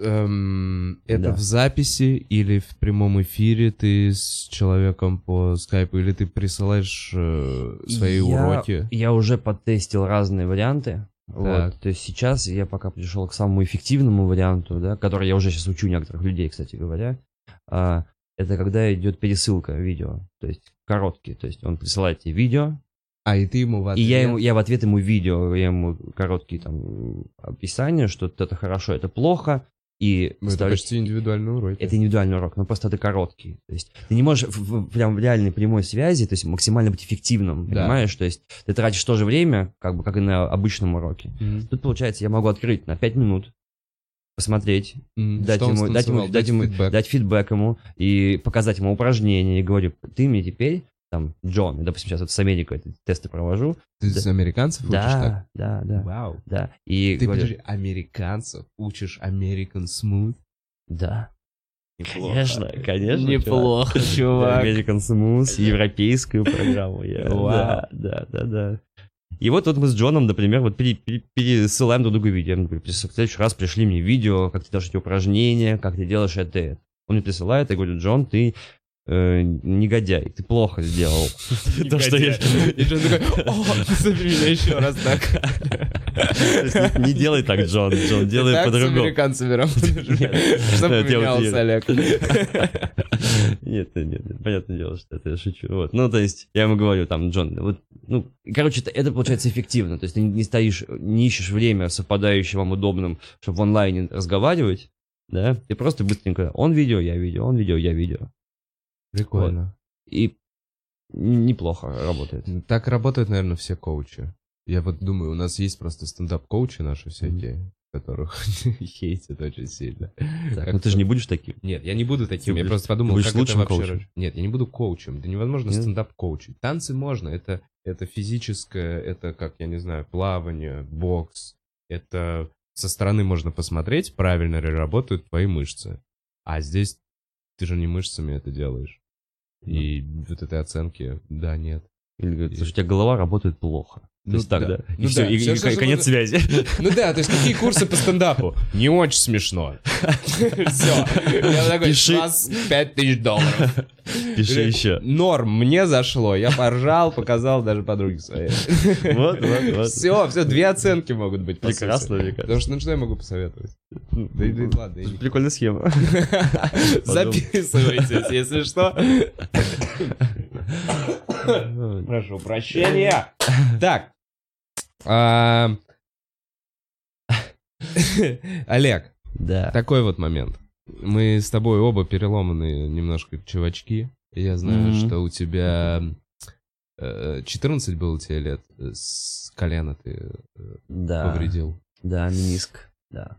S1: эм, это
S2: Да.
S1: в записи или в прямом эфире ты с человеком по скайпу, или ты присылаешь э, свои
S2: Я-
S1: уроки?
S2: Я уже потестил разные варианты. Вот,
S1: Так.
S2: то есть сейчас я пока пришел к самому эффективному варианту, да, который я уже сейчас учу некоторых людей, кстати говоря. А, это когда идет пересылка видео, то есть короткие, то есть он присылает тебе видео,
S1: А, и ты ему в
S2: и
S1: ответ?
S2: я, ему, я в ответ ему видео, я ему короткие там описания, что это хорошо, это плохо, и
S1: Ну, это
S2: ставлю-
S1: почти индивидуальный урок.
S2: это индивидуальный урок, но просто это короткий. То есть ты не можешь в, в- прям в реальной прямой связи, то есть максимально быть эффективным,
S1: Да.
S2: понимаешь? То есть ты тратишь то же время, как бы как и на обычном уроке.
S1: Мгм.
S2: Тут, получается, я могу открыть на пять минут, посмотреть,
S1: Мгм.
S2: дать
S1: Что он
S2: ему, дать, ему,
S1: станцевал?
S2: дать, ему
S1: фидбэк.
S2: дать фидбэк ему и показать ему упражнения. И говорю, ты мне теперь, там, Джон, я, допустим, сейчас вот с Америкой эти тесты провожу.
S1: Ты
S2: Да.
S1: с американцев учишь так?
S2: Да, да, да,
S1: Вау.
S2: да. И
S1: Ты,
S2: говорю,
S1: подожди, американцев учишь American Smooth?
S2: да.
S1: Неплохо.
S2: Конечно, конечно.
S1: Неплохо,
S2: чувак.
S1: чувак.
S2: American Smooth, европейскую программу. я-
S1: Вау.
S2: Да, да, да, да. И вот, вот мы с Джоном, например, вот пере- пере- пересылаем друг другу видео. Я ему говорю, в следующий раз пришли мне видео, как ты делаешь эти упражнения, как ты делаешь это. и это. Он мне присылает, я говорю, Джон, ты э, негодяй, ты плохо сделал. То, что я-
S1: И Джон такой, о, позови меня еще раз так.
S2: То есть Не делай так, Джон, Джон, делай
S1: Так с
S2: по-другому.
S1: американцами работаешь?
S2: Нет.
S1: Что
S2: Нет, я вот
S1: поменялся,
S2: не-
S1: Олег?
S2: Нет, нет, нет, понятное дело, что это я шучу. Вот. Ну, то есть, я ему говорю, там, Джон, вот, ну, короче, это, это получается эффективно. То есть, ты не стоишь, не ищешь время, совпадающее вам удобным, чтобы в онлайне разговаривать, да, ты просто быстренько, он видео, я видео, он видео, я видео.
S1: Прикольно.
S2: И н- неплохо работает.
S1: Так работают, наверное, все коучи. Я вот думаю, у нас есть просто стендап-коучи наши всякие, которых хейтят очень сильно.
S2: Так,
S1: Как
S2: ну, ты же не будешь таким.
S1: Нет, я не буду таким,
S2: Ты
S1: я
S2: будешь-
S1: просто
S2: ты
S1: подумал,
S2: будешь
S1: как это
S2: лучшим
S1: вообще...
S2: коучем.
S1: рож- Нет, я не буду коучем, да невозможно
S2: Нет?
S1: стендап-коучить. Танцы можно, это, это физическое, это как, я не знаю, плавание, бокс, это со стороны можно посмотреть, правильно ли работают твои мышцы. А здесь ты же не мышцами это делаешь. И вот этой оценки, да, нет.
S2: Или говорит, слушай, у тебя голова работает плохо. То есть так, да. И
S1: Ну
S2: все,
S1: да,
S2: и,
S1: всё,
S2: и
S1: что же
S2: конец
S1: вы-
S2: связи.
S1: Ну да, то есть какие курсы по стендапу? Не очень смешно. Все. Я такой,
S2: Пиши.
S1: с вас пять тысяч долларов.
S2: Пиши еще.
S1: Норм, мне зашло. Я поржал, показал даже подруге своей.
S2: Вот, вот, вот.
S1: Все, все, две оценки могут быть. по сути.
S2: Прекрасно, мне кажется.
S1: Потому что, ну что я могу посоветовать? Да и да и ладно. я не-
S2: Прикольная схема.
S1: Записывайтесь, если что. Прошу прощения. Так. а, Олег,
S2: Да.
S1: такой вот момент. Мы с тобой оба переломанные немножко чувачки. Я знаю,
S2: Мгм.
S1: что у тебя э, четырнадцать было тебе лет, э, с колена ты э,
S2: Да.
S1: повредил.
S2: Да, миниск. Да.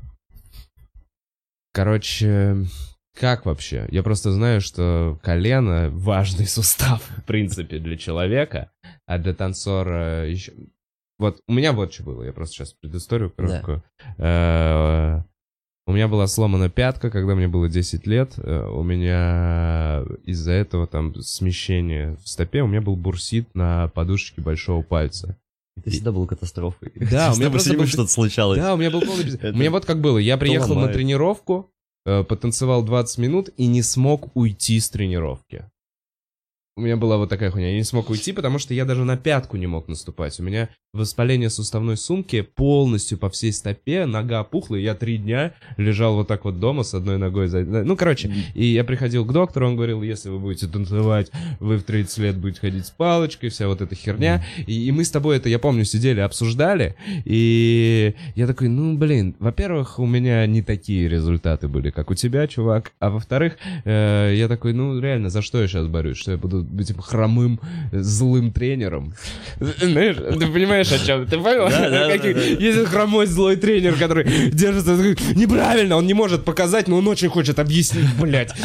S1: Короче, как вообще? Я просто знаю, что колено важный сустав, в принципе, для человека, а для танцора еще... Вот у меня вот что было, я просто сейчас предысторию короткую. Э, У меня была сломана пятка, когда мне было десять лет. Э, У меня из-за этого там смещение в стопе, у меня был бурсит на подушечке большого пальца.
S2: Это всегда было катастрофой.
S1: Да, у меня
S2: С тобой
S1: просто
S2: всё время
S1: был-
S2: что-то случалось.
S1: Да, у меня был полный... пиздец.
S2: Это-
S1: У меня вот как было, я приехал на
S2: ломает.
S1: тренировку, э, потанцевал двадцать минут и не смог уйти с тренировки. У меня была вот такая хуйня, я не смог уйти, потому что я даже на пятку не мог наступать. У меня воспаление суставной сумки полностью по всей стопе, нога опухла, и я три дня лежал вот так вот дома с одной ногой. За... Ну, короче, и я приходил к доктору, он говорил, если вы будете танцевать, вы в тридцать лет будете ходить с палочкой, вся вот эта херня. И, и мы с тобой это, я помню, сидели, обсуждали, и я такой, ну, блин, во-первых, у меня не такие результаты были, как у тебя, чувак, а во-вторых, э, я такой, ну, реально, за что я сейчас борюсь? Что я буду быть типа, хромым, злым тренером? Знаешь, ты понимаешь, о чем? Ты понял?
S2: Да, да,
S1: Какие-
S2: да, да.
S1: Есть хромой злой тренер, который держится такой, неправильно, он не может показать, но он очень хочет объяснить, блядь.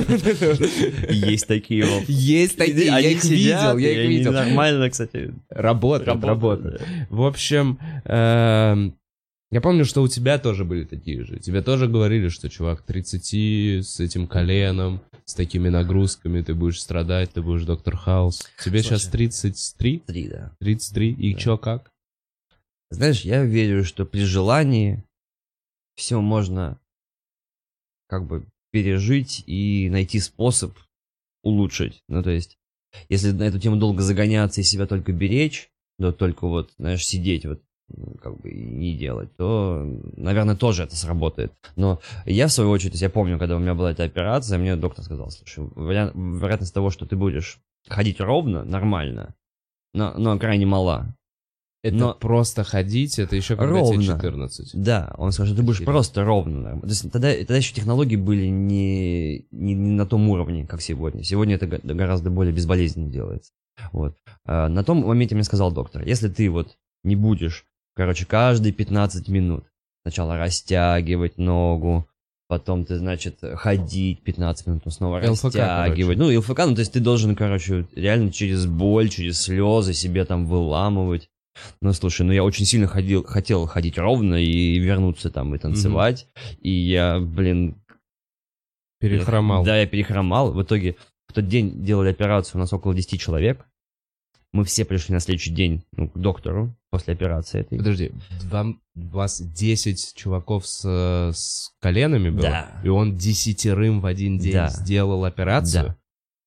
S2: Есть такие вот.
S1: Есть такие, я
S2: Они
S1: их
S2: сидят,
S1: видел, я
S2: и
S1: их
S2: они
S1: видел.
S2: Нормально, кстати.
S1: Работает, работает. В общем, эм, я помню, что у тебя тоже были такие же. Тебе тоже говорили, что, чувак, тридцать с этим коленом, с такими нагрузками ты будешь страдать, ты будешь доктор Хаус. Тебе
S2: Слушай.
S1: сейчас тридцать три?
S2: Три, да.
S1: тридцать три? И
S2: Да.
S1: чё, как?
S2: Знаешь, я верю, что при желании все можно как бы пережить и найти способ улучшить. Ну, то есть, если на эту тему долго загоняться и себя только беречь, да только вот, знаешь, сидеть вот, ну, как бы и не делать, то, наверное, тоже это сработает. Но я, в свою очередь, то есть я помню, когда у меня была эта операция, мне доктор сказал, слушай, вариа- вероятность того, что ты будешь ходить ровно, нормально, но, но крайне мала.
S1: Это
S2: Но-
S1: просто ходить, это еще когда
S2: Ровно.
S1: тебе четырнадцать.
S2: Да, он сказал, что ты будешь
S1: Охереть.
S2: просто ровно. норм- То есть тогда, тогда еще технологии были не, не, не на том уровне, как сегодня. Сегодня это го- гораздо более безболезненно делается. Вот. А на том моменте мне сказал доктор, если ты вот не будешь, короче, каждые пятнадцать минут сначала растягивать ногу, потом ты, значит, ходить пятнадцать минут, потом снова
S1: ЛФК,
S2: растягивать. Ну, ЛФК, ну, то есть ты должен, короче, реально через боль, через слезы себе там выламывать. Ну, слушай, ну я очень сильно ходил, хотел ходить ровно и вернуться там и танцевать. И я, блин...
S1: Перехромал.
S2: Да, я перехромал. В итоге в тот день делали операцию, у нас около десяти человек. Мы все пришли на следующий день ну, к доктору после операции этой.
S1: Подожди, вам, у вас десять чуваков с, с коленами было?
S2: Да.
S1: И он десятерым в один день
S2: Да.
S1: сделал операцию?
S2: Да.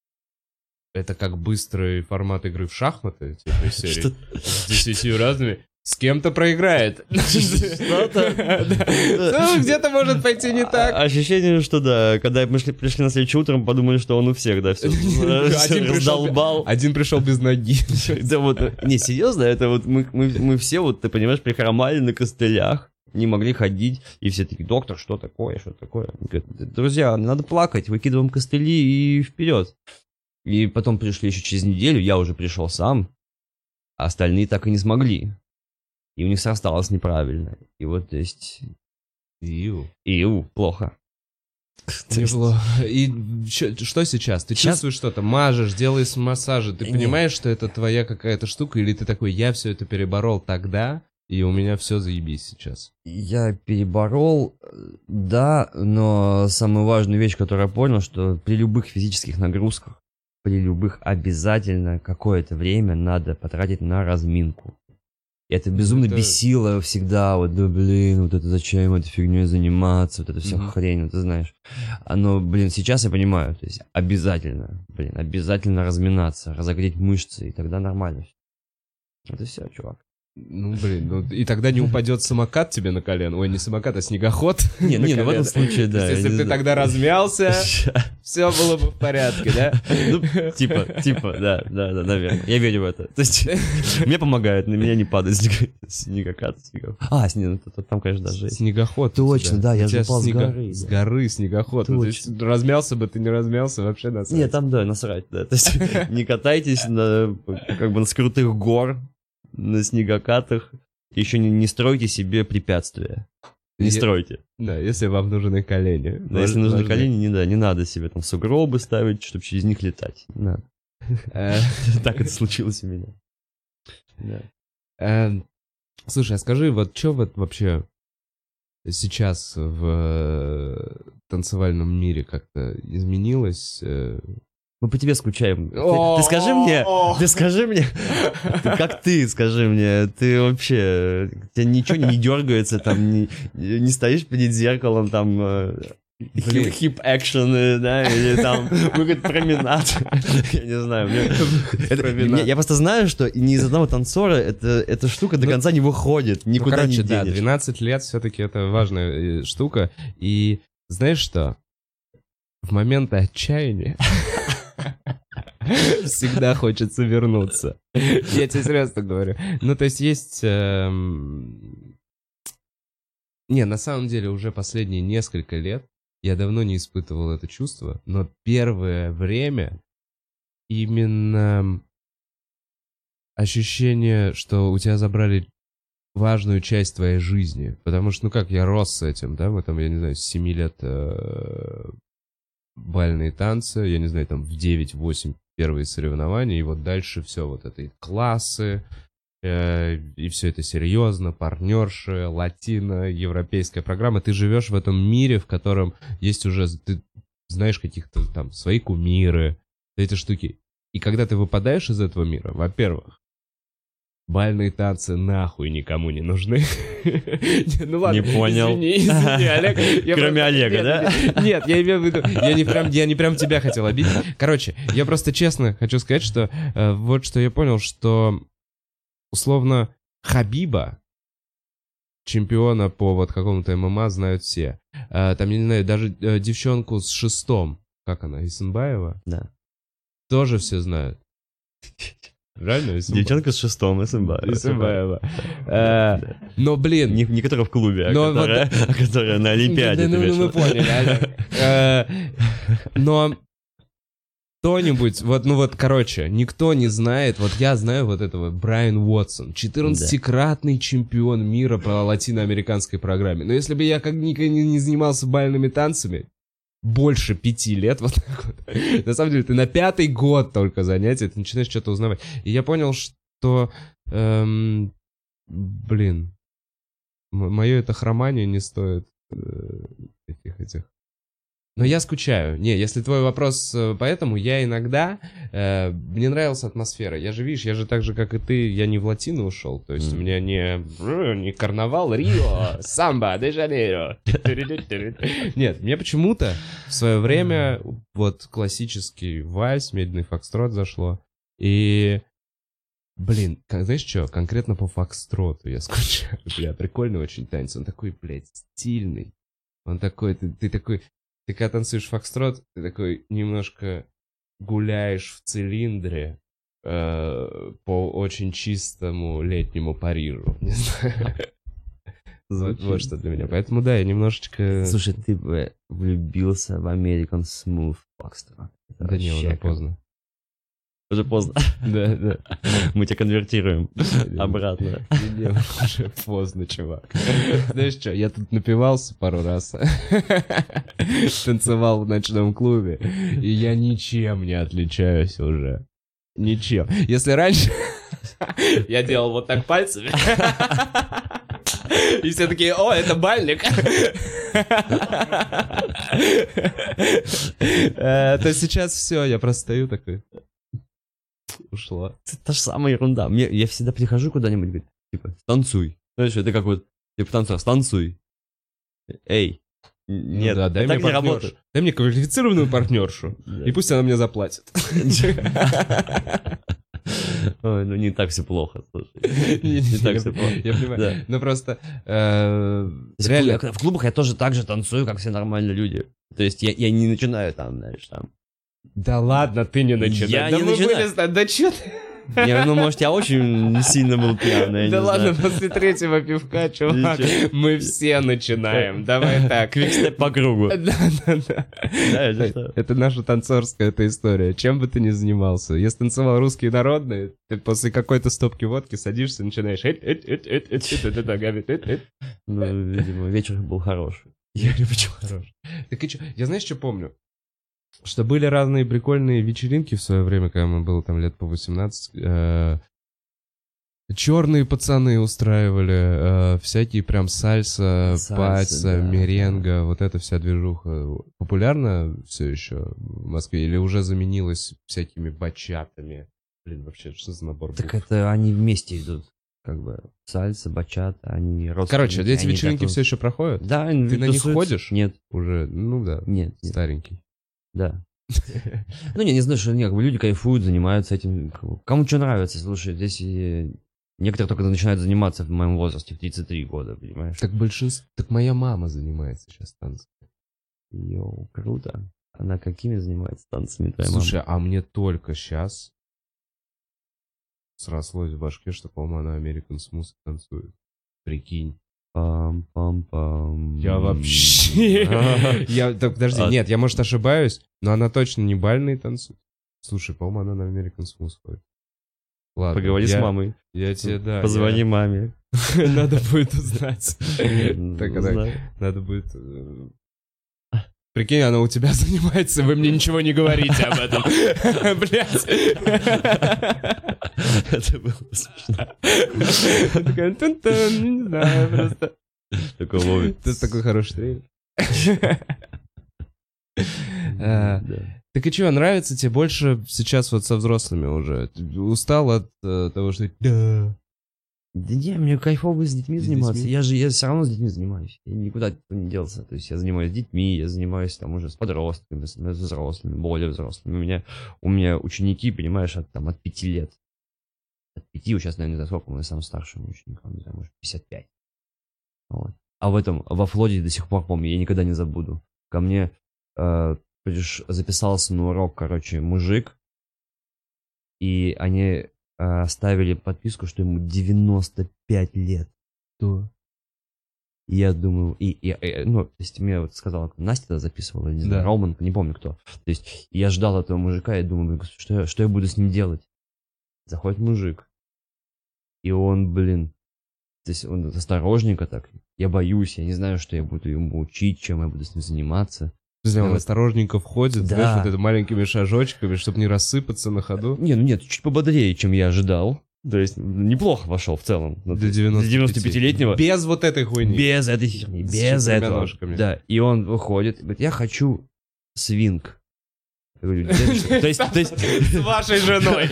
S1: Это как быстрый формат игры в шахматы, типа из серии.
S2: Что?
S1: С десятью разными. С кем-то проиграет.
S2: Что-то.
S1: Да. Ну, где-то может пойти не
S2: А-
S1: так.
S2: Ощущение, что да, когда мы шли- пришли на следующее утро, мы подумали, что он у всех, да, все
S1: Один пришел-
S2: раздолбал.
S1: Один пришел без ноги.
S2: Да вот, не, серьезно, это вот мы, мы, мы все вот, ты понимаешь, прихромали на костылях, не могли ходить, и все такие, доктор, что такое, что такое? Он говорит, друзья, надо плакать, выкидываем костыли и вперед. И потом пришли еще через неделю, я уже пришел сам, а остальные так и не смогли. И у них срасталось неправильно. И вот, то есть,
S1: Ию.
S2: иу, плохо.
S1: Неплохо. И чё- что сейчас? Ты
S2: Щас-
S1: чувствуешь что-то, мажешь, делаешь массажи, ты
S2: Не.
S1: понимаешь, что это твоя какая-то штука, или ты такой, я все это переборол тогда, и у меня все заебись сейчас?
S2: Я переборол, э, да, но самая важная вещь, которую я понял, что при любых физических нагрузках, при любых обязательно какое-то время надо потратить на разминку. И это безумно
S1: это...
S2: бесило всегда, вот, да, блин, вот это зачем этой фигней заниматься, вот это вся mm-hmm. хрень, вот, ты знаешь. Оно, блин, сейчас я понимаю, то есть обязательно, блин, обязательно разминаться, разогреть мышцы, и тогда нормально. Это все, чувак.
S1: Ну, блин, ну, и тогда не упадет самокат тебе на колено. Ой, не самокат, а снегоход.
S2: Не, не, ну в этом случае, да.
S1: Если бы ты тогда размялся, все было бы в порядке, да?
S2: Ну, типа, типа, да, да, да, наверное. Я верю в это. То есть, мне помогает, на меня не падает снегокат. А, там, конечно, даже есть.
S1: Снегоход.
S2: Точно, да, я же упал с горы.
S1: С горы снегоход. Размялся бы, ты не размялся, вообще насрать.
S2: Нет, там, да, насрать, да. То есть, не катайтесь как бы с крутых гор, на снегокатах, еще не, не стройте себе препятствия. Не Я... стройте.
S1: Да, если вам нужны колени.
S2: Да, если нужны колени, не, да, не надо себе там сугробы ставить, чтобы через них летать. Не надо. Так это случилось у меня.
S1: Слушай, а скажи, вот что вот вообще сейчас в танцевальном мире как-то изменилось?
S2: Мы по тебе скучаем. Ты, ты скажи мне, ты скажи мне, как ты, скажи мне, ты вообще, у тебя ничего не дергается, там, не, не стоишь перед зеркалом, там, хип-экшены, да, или там, выход променад, я не знаю. Мне, это, мне, я просто знаю, что ни из одного танцора эта, эта штука до конца ну, не выходит, никуда ну, короче, не денешь.
S1: Да, двенадцать лет все-таки это важная штука, и знаешь что? В моменты отчаяния всегда хочется вернуться. Я тебе серьезно говорю. Ну, то есть есть... Эм... Не, на самом деле уже последние несколько лет я давно не испытывал это чувство, но первое время именно ощущение, что у тебя забрали важную часть твоей жизни. Потому что, ну как, я рос с этим, да, мы там, я не знаю, с семи лет... Э... бальные танцы, я не знаю, там в девять-восемь первые соревнования, и вот дальше все, вот это и классы, э, и все это серьезно, партнерши, латино, европейская программа. Ты живешь в этом мире, в котором есть уже, ты знаешь каких-то там свои кумиры, эти штуки. И когда ты выпадаешь из этого мира, во-первых, бальные танцы нахуй никому не нужны.
S2: Ну ладно, не понял.
S1: Извини, извини, Олег.
S2: Кроме Олега, да?
S1: Нет, я имею в виду, я не прям, я не прям тебя хотел обидеть. Короче, я просто честно хочу сказать, что э, вот что я понял, что условно Хабиба, чемпиона по вот какому-то ММА, знают все. Э, там, я не знаю, даже э, девчонку с шестом, как она, Исенбаева?
S2: Да.
S1: Тоже все знают. Правильно?
S2: Девчонка с шестом, Исенбаева.
S1: Исенбаева. Э, но, блин...
S2: Не, не которая в клубе, а, но которая, вот, а которая на Олимпиаде.
S1: Ну, ну, мы поняли. э, но кто-нибудь, вот, ну вот, короче, никто не знает, вот я знаю вот этого Брайан Уотсон, четырнадцатикратный да. чемпион мира по латиноамериканской программе. Но если бы я как никогда не, не занимался бальными танцами, больше пяти лет, вот так вот. На самом деле, ты на пятый год только занятия, ты начинаешь что-то узнавать. И я понял, что, эм, блин, м- мое это хромание не стоит э, этих этих. Но я скучаю. Не, если твой вопрос э, поэтому, я иногда... Э, мне нравилась атмосфера. Я же, видишь, я же так же, как и ты, я не в латино ушел. То есть mm. у меня не, не карнавал, Рио, самбо, де-Жанейро. Нет, мне почему-то в свое время вот классический вальс, медленный фокстрот зашло. И... Блин, как, знаешь что, конкретно по фокстроту я скучаю. Бля, прикольный очень танец. Он такой, блядь, стильный. Он такой, ты, ты такой... Ты когда танцуешь фокстрот, ты такой немножко гуляешь в цилиндре э, по очень чистому летнему Парижу. Не знаю. Вот, вот что для меня. Поэтому да, я немножечко...
S2: Слушай, ты бы влюбился в American Smooth Foxtrot.
S1: Да не, уже поздно.
S2: Уже поздно.
S1: Да, да.
S2: Мы тебя конвертируем обратно.
S1: Не, уже поздно, чувак. Знаешь что, я тут напивался пару раз. Танцевал в ночном клубе. И я ничем не отличаюсь уже. Ничем. Если раньше я делал вот так пальцами. И все такие, о, это бальник. То сейчас все, я просто стою такой. Ушла.
S2: Это та же самая ерунда. Мне, я всегда прихожу куда-нибудь, говорю, типа, станцуй. Знаешь, это как вот, типа, танцор, станцуй. Эй. Нет,
S1: ну, да, дай
S2: так
S1: мне
S2: не
S1: партнершу.
S2: работает.
S1: Дай мне квалифицированную партнершу, и пусть она мне заплатит.
S2: Ой, ну не так все плохо, слушай.
S1: Не
S2: Не так
S1: я
S2: все плохо.
S1: я понимаю.
S2: Да.
S1: Ну просто э,
S2: В
S1: реально...
S2: клуб- В клубах я тоже так же танцую, как все нормальные люди. То есть я, я не начинаю там, знаешь, там.
S1: Да ладно, ты не начинай.
S2: Я
S1: да
S2: не
S1: мы
S2: начинаю.
S1: были с тобой- Да чё ты?
S2: Я, ну, может, я очень сильно был пьяный, я
S1: Да
S2: не
S1: ладно,
S2: знаю.
S1: после третьего пивка, чувак,
S2: Ничего.
S1: мы все начинаем. Давай так.
S2: Квикстеп по кругу.
S1: Да, да, да.
S2: Да, это что?
S1: Это наша танцорская эта история. Чем бы ты ни занимался. Если танцевал русские народные, ты после какой-то стопки водки садишься, начинаешь... «Эть, эть, эть, эть, эть, эть, эть, ногами, эть, эть».
S2: Ну, видимо, вечер был хороший.
S1: Я говорю, почему хорош? Так и чё? Я знаешь, что помню? Что были разные прикольные вечеринки в свое время, когда мне было там лет по восемнадцать. Черные пацаны устраивали, э, всякие прям сальса,
S2: Сальса,
S1: пальса,
S2: да,
S1: меренга, вот эта вся движуха. Популярна все еще в Москве или уже заменилась всякими бачатами? Блин, вообще, что за набор
S2: Так
S1: букв?
S2: это они вместе идут. Как бы сальса, бачата, они родственники.
S1: Короче, эти
S2: они
S1: вечеринки
S2: так-
S1: все еще проходят?
S2: Да, они
S1: Ты на них
S2: тусуются.
S1: ходишь?
S2: Нет,
S1: Уже, ну да,
S2: нет, нет.
S1: старенький.
S2: Да. Ну, не, не знаю, что не, как бы люди кайфуют, занимаются этим. как бы, Кому что нравится, слушай, здесь э, некоторые только начинают заниматься в моем возрасте, в тридцать три года, понимаешь?
S1: Так большинство... Так моя мама занимается сейчас танцами.
S2: Йоу, круто. Она какими занимается танцами, твоя
S1: Слушай, а мне только сейчас срослось в башке, что, по-моему, она American Smooth танцует. Прикинь.
S2: мама? Пам-пам-пам.
S1: Я вообще... Я... Так, подожди,
S2: А-
S1: нет, я, может, ошибаюсь, но она точно не бальные танцует. Слушай, по-моему, она на American Smooth ходит. Ладно.
S2: Поговори
S1: я-
S2: с мамой.
S1: Я тебе, да.
S2: Позвони
S1: я-
S2: маме.
S1: Надо будет узнать.
S2: Ну,
S1: Так, так,
S2: знаю.
S1: надо будет... э, Прикинь, она у тебя занимается, вы мне ничего не говорите об этом. Блять.
S2: Это было смешно.
S1: Такая, тун-тун, не знаю, просто.
S2: Такой ловит.
S1: Ты такой хороший трейлер. А,
S2: Да.
S1: Так и чего, нравится тебе больше сейчас вот со взрослыми уже? Ты устал от э, того, что... Да.
S2: Да не, мне кайфово с детьми
S1: С
S2: заниматься.
S1: детьми?
S2: Я же я все равно с детьми занимаюсь. Я никуда от этого не делся. То есть я занимаюсь с детьми, я занимаюсь там уже с подростками, с с взрослыми, более взрослыми. У меня, у меня ученики, понимаешь, от, там, от пяти лет. От пяти, вот сейчас, наверное, не знаю, сколько, мой самый старший ученик, не знаю, может, пятьдесят пять. Вот. А в этом, во Флоде до сих пор помню, я никогда не забуду. Ко мне э, приш- записался на урок, короче, мужик, и они э, ставили подписку, что ему девяносто пять лет.
S1: Что?
S2: И я думаю, и, и, и, ну, то есть мне вот сказала, Настя тогда записывала, не знаю,
S1: Да.
S2: Роман, не помню кто. То есть я ждал этого мужика, и думаю, блин, что я, что я буду с ним делать? Заходит мужик, и он, блин, то есть он осторожненько так, я боюсь, я не знаю, что я буду ему учить, чем я буду с ним заниматься.
S1: Он
S2: Вот.
S1: осторожненько входит,
S2: Да.
S1: знаешь, вот это маленькими шажочками, чтобы не рассыпаться на ходу.
S2: Не, ну нет, чуть пободрее, чем я ожидал. То есть неплохо вошел в целом. Ну,
S1: Для
S2: для девяностопятилетнего.
S1: Без вот этой хуйни.
S2: Без этой херни,
S1: С
S2: без
S1: четырьмя
S2: этого.
S1: ножками.
S2: Да, и он выходит, и говорит, я хочу свинг. Я говорю, «Дядюшка, то есть, то есть...
S1: С вашей женой.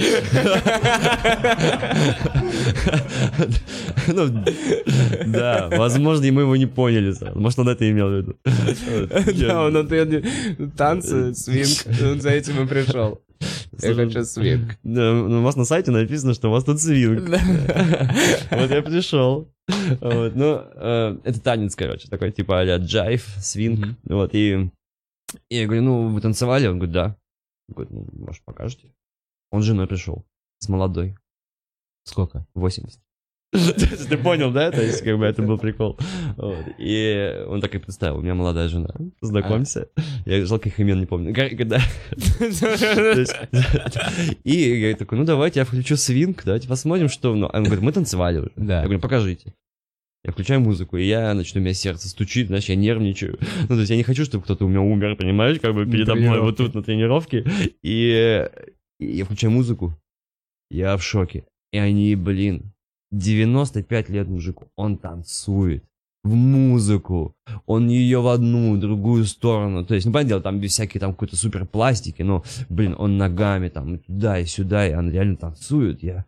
S2: Ну, да, возможно, и мы его не поняли сразу. Может, он это имел в виду.
S1: Да, он ответ танцы, свинг, он за этим и пришел. Я хочу свинг.
S2: Да, ну, у вас на сайте написано, что у вас тут свинг. Вот я пришел. Вот, ну, э, это танец, короче, такой типа а-ля джайв, свинг.
S1: Мгм.
S2: Вот, и и я говорю, ну, вы танцевали? Он говорит, да. Я говорю, ну, может, покажете? Он с женой пришел, с молодой,
S1: Сколько?
S2: восемьдесят. Ты понял, да? То есть, как бы, это был прикол. Вот. И он так и представил, у меня молодая жена, познакомься. Я жалко их имен не помню. Как- Когда... То есть, И я такой, ну, давайте я включу свинг, давайте посмотрим, что... Ну, он говорит, мы танцевали уже.
S1: Да.
S2: Я говорю, покажите. Я включаю музыку, и я начну, у меня сердце стучит, знаешь, я нервничаю. Ну, то есть я не хочу, чтобы кто-то у меня умер, понимаешь, как бы
S1: На
S2: передо мной вот
S1: тренировке.
S2: тут на тренировке. И, и я включаю музыку, я в шоке. И они, блин, девяносто пять лет мужику, он танцует в музыку, он ее в одну, в другую сторону. То есть, ну, понятное дело, там без всякой там какой-то супер пластики, но, блин, он ногами там и туда, и сюда, и он реально танцует. Я...